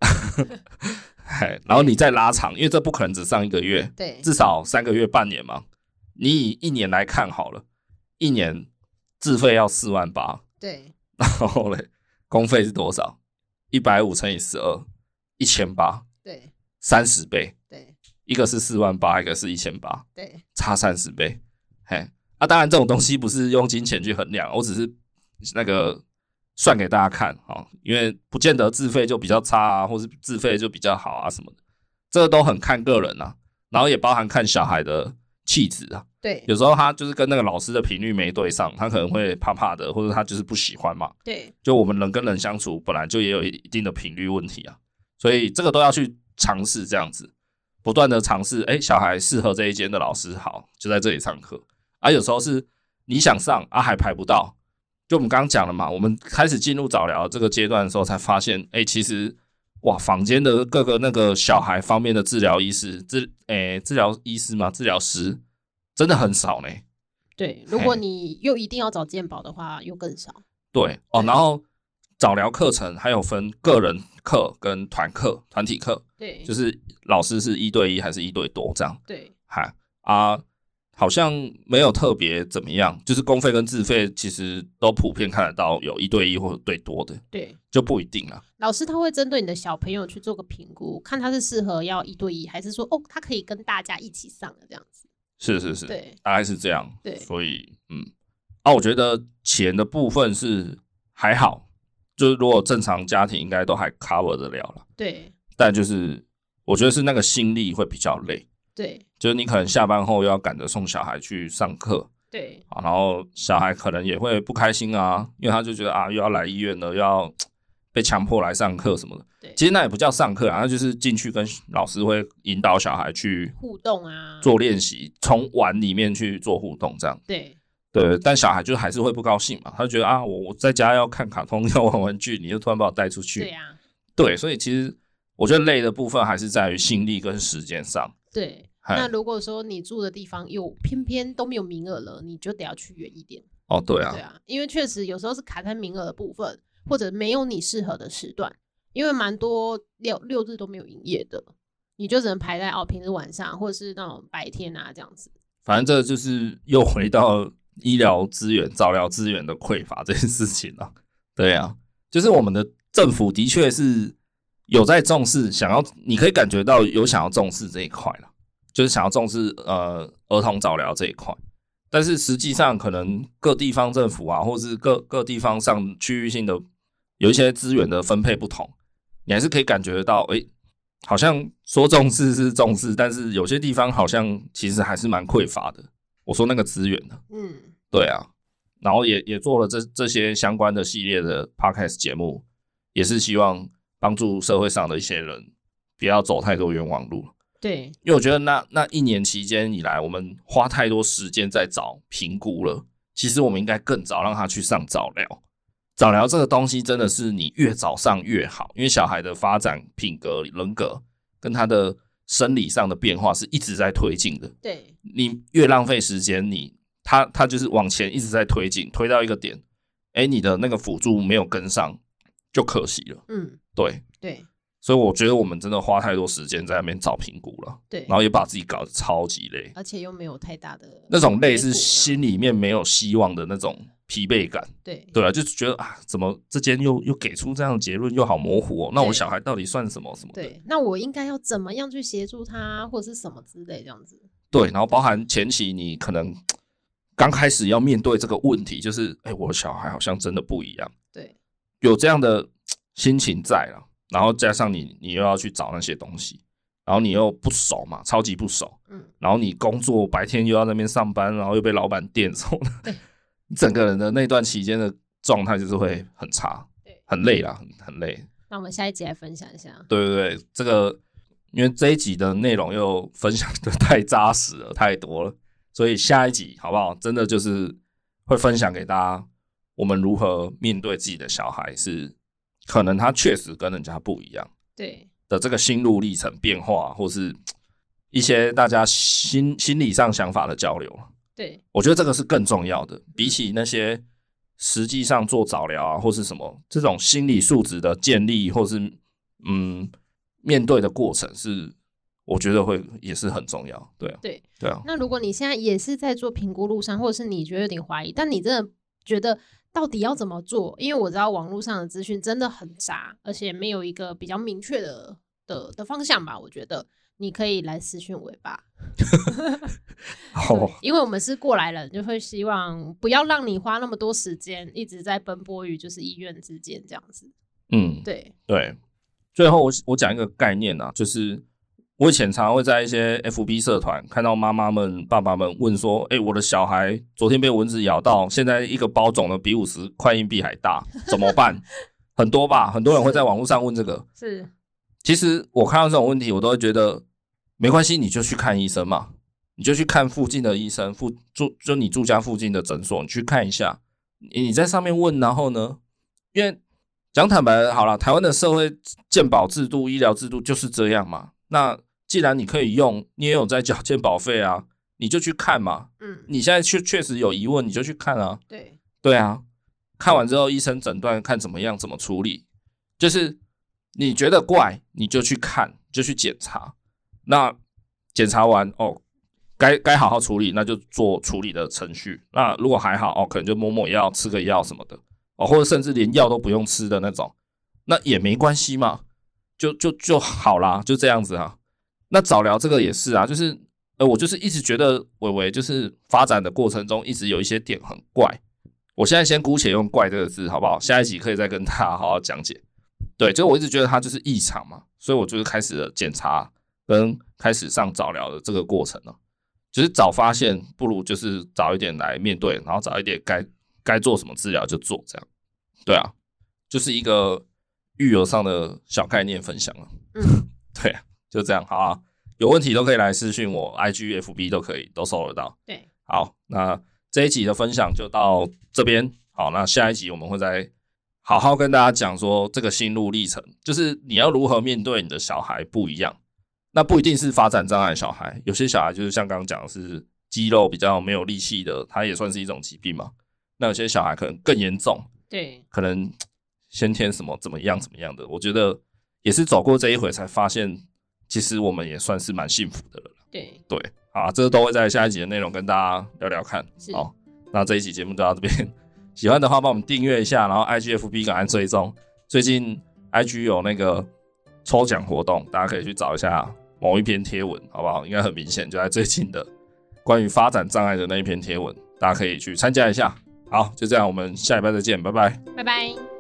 Speaker 2: 然后你再拉长，因为这不可能只上一个月，
Speaker 3: 对，
Speaker 2: 至少三个月半年嘛，你以一年来看好了，一年自费要四万八，
Speaker 3: 对，
Speaker 2: 然后嘞，公费是多少？一百五乘以十二。一千八，
Speaker 3: 对，
Speaker 2: 三十倍，
Speaker 3: 对，
Speaker 2: 一个是四万八，一个是一千八，
Speaker 3: 对，
Speaker 2: 差三十倍，嘿，啊，当然这种东西不是用金钱去衡量，我只是那个算给大家看啊，因为不见得自费就比较差啊，或是自费就比较好啊什么的，这个都很看个人啊，然后也包含看小孩的气质啊，
Speaker 3: 对，
Speaker 2: 有时候他就是跟那个老师的频率没对上，他可能会怕怕的，或者他就是不喜欢嘛，
Speaker 3: 对，
Speaker 2: 就我们人跟人相处本来就也有一定的频率问题啊。所以这个都要去尝试，这样子不断的尝试，哎，小孩适合这一间的老师好，就在这里上课。啊，有时候是你想上啊，还排不到。就我们刚刚讲了嘛，我们开始进入早疗这个阶段的时候，才发现，哎，其实哇，坊间的各个那个小孩方面的治疗医师，治诶治疗医师吗？治疗师真的很少呢。
Speaker 3: 对，如果你又一定要找健保的话，又更少。
Speaker 2: 对哦，然后早疗课程还有分个人课跟团课、团体课。
Speaker 3: 对，
Speaker 2: 就是老师是一对一还是一对多这样。
Speaker 3: 对，
Speaker 2: 嗨啊，好像没有特别怎么样，就是公费跟自费其实都普遍看得到有一对一或者对多的。
Speaker 3: 对，
Speaker 2: 就不一定啦。
Speaker 3: 老师他会针对你的小朋友去做个评估，看他是适合要一对一，还是说哦，他可以跟大家一起上的这样子。
Speaker 2: 是是是，
Speaker 3: 对，
Speaker 2: 大概是这样。
Speaker 3: 对，
Speaker 2: 所以嗯，啊，我觉得钱的部分是还好，就是如果正常家庭应该都还 cover 得了了。
Speaker 3: 对，
Speaker 2: 但就是我觉得是那个心力会比较累。
Speaker 3: 对，
Speaker 2: 就是你可能下班后又要赶着送小孩去上课。
Speaker 3: 对，
Speaker 2: 然后小孩可能也会不开心啊，因为他就觉得啊，又要来医院了，又要被强迫来上课什么的。
Speaker 3: 对，
Speaker 2: 其实那也不叫上课啊，那就是进去跟老师会引导小孩去
Speaker 3: 互动啊，
Speaker 2: 做练习，从玩里面去做互动这样。
Speaker 3: 对
Speaker 2: 对，但小孩就还是会不高兴嘛，他就觉得啊，我我在家要看卡通要玩玩具，你就突然把我带出去。
Speaker 3: 对啊，
Speaker 2: 对，所以其实我觉得累的部分还是在于心力跟时间上。
Speaker 3: 对。那如果说你住的地方又偏偏都没有名额了，你就得要去远一点。
Speaker 2: 哦，对啊，
Speaker 3: 对啊，因为确实有时候是卡在名额的部分，或者没有你适合的时段，因为蛮多六六日都没有营业的，你就只能排在哦平日晚上或者是那种白天啊这样子。
Speaker 2: 反正这就是又回到医疗资源、早疗资源的匮乏这件事情了。对啊，就是我们的政府的确是有在重视，想要你可以感觉到有想要重视这一块了。就是想要重视呃儿童早疗这一块，但是实际上可能各地方政府啊，或是各各地方上区域性的有一些资源的分配不同，你还是可以感觉得到，诶，好像说重视是重视，但是有些地方好像其实还是蛮匮乏的。我说那个资源呢，
Speaker 3: 嗯，
Speaker 2: 对啊，然后也也做了这这些相关的系列的 podcast 节目，也是希望帮助社会上的一些人不要走太多冤枉路。
Speaker 3: 对，
Speaker 2: 因为我觉得那那一年期间以来，我们花太多时间在找评估了。其实我们应该更早让他去上早疗。早疗这个东西真的是你越早上越好，因为小孩的发展、品格、人格跟他的生理上的变化是一直在推进的。
Speaker 3: 对，
Speaker 2: 你越浪费时间，你他他就是往前一直在推进，推到一个点，哎，你的那个辅助没有跟上，就可惜了。
Speaker 3: 嗯，
Speaker 2: 对
Speaker 3: 对。
Speaker 2: 所以我觉得我们真的花太多时间在那边找评估了，
Speaker 3: 对，
Speaker 2: 然后也把自己搞得超级累，
Speaker 3: 而且又没有太大的
Speaker 2: 那种累是心里面没有希望的那种疲惫感，
Speaker 3: 对
Speaker 2: 对啊，就是觉得啊，怎么这间又又给出这样的结论，又好模糊哦，那我小孩到底算什么什么的？
Speaker 3: 对，那我应该要怎么样去协助他，或者是什么之类这样子？
Speaker 2: 对，然后包含前期你可能刚开始要面对这个问题，就是哎，我的小孩好像真的不一样，
Speaker 3: 对，
Speaker 2: 有这样的心情在了。然后加上你，你又要去找那些东西，然后你又不熟嘛，超级不熟，嗯，然后你工作白天又要在那边上班，然后又被老板电什么的，你整个人的那段期间的状态就是会很差，对，很累啦，很很累。
Speaker 3: 那我们下一集来分享一下。
Speaker 2: 对对对，这个因为这一集的内容又分享的太扎实了，太多了，所以下一集好不好？真的就是会分享给大家，我们如何面对自己的小孩是。可能他确实跟人家不一样，
Speaker 3: 对
Speaker 2: 的这个心路历程变化，或是一些大家心心理上想法的交流，
Speaker 3: 对，
Speaker 2: 我觉得这个是更重要的，比起那些实际上做早疗啊，或是什么这种心理素质的建立，或是嗯面对的过程是，我觉得会也是很重要，对啊，
Speaker 3: 对
Speaker 2: 对啊。
Speaker 3: 那如果你现在也是在做评估路上，或者是你觉得有点怀疑，但你真的觉得。到底要怎么做？因为我知道网络上的资讯真的很杂，而且没有一个比较明确的的的方向吧。我觉得你可以来私讯尾巴，因为我们是过来人，就会希望不要让你花那么多时间一直在奔波于就是医院之间这样子。
Speaker 2: 嗯，
Speaker 3: 对
Speaker 2: 对。最后我我讲一个概念啊，就是我以前常常会在一些 F B 社团看到妈妈们、爸爸们问说：“哎、欸，我的小孩昨天被蚊子咬到，现在一个包肿的比五十块硬币还大，怎么办？”很多吧，很多人会在网络上问这个。
Speaker 3: 是，
Speaker 2: 其实我看到这种问题，我都会觉得没关系，你就去看医生嘛，你就去看附近的医生，附住就你住家附近的诊所，你去看一下。你在上面问，然后呢，因为讲坦白好了，台湾的社会健保制度、医疗制度就是这样嘛。那既然你可以用，你也有在缴健保费啊，你就去看嘛。嗯，你现在确确实有疑问，你就去看啊。
Speaker 3: 对，
Speaker 2: 对啊，看完之后医生诊断看怎么样，怎么处理。就是你觉得怪，你就去看，就去检查。那检查完哦，该该好好处理，那就做处理的程序。那如果还好哦，可能就抹抹药，吃个药什么的。哦，或者甚至连药都不用吃的那种，那也没关系嘛，就就就好啦，就这样子啊。那早疗这个也是啊，就是呃，我就是一直觉得伟伟就是发展的过程中一直有一些点很怪。我现在先姑且用怪这个字好不好？下一集可以再跟大家好好讲解。对，就我一直觉得它就是异常嘛，所以我就是开始了检查跟开始上早疗的这个过程了。就是早发现不如就是早一点来面对，然后早一点该该做什么治疗就做，这样。对啊，就是一个育儿上的小概念分享了。嗯，对啊，就这样。好啊，有问题都可以来私讯我 I G F B 都可以，都收得到。
Speaker 3: 对，
Speaker 2: 好，那这一集的分享就到这边。好，那下一集我们会再好好跟大家讲说这个心路历程，就是你要如何面对你的小孩不一样。那不一定是发展障碍小孩，有些小孩就是像刚刚讲的是肌肉比较没有力气的，它也算是一种疾病嘛。那有些小孩可能更严重，
Speaker 3: 对，
Speaker 2: 可能先天什么怎么样怎么样的，我觉得也是走过这一回才发现，其实我们也算是蛮幸福的了。
Speaker 3: 对
Speaker 2: 对，好，这都会在下一集的内容跟大家聊聊看。好，那这一期节目就到这边，喜欢的话帮我们订阅一下，然后 I G F B 赶快追踪。最近 I G 有那个抽奖活动，大家可以去找一下某一篇贴文，好不好？应该很明显，就在最近的关于发展障碍的那一篇贴文，大家可以去参加一下。好，就这样，我们下礼拜再见，拜拜，
Speaker 3: 拜拜。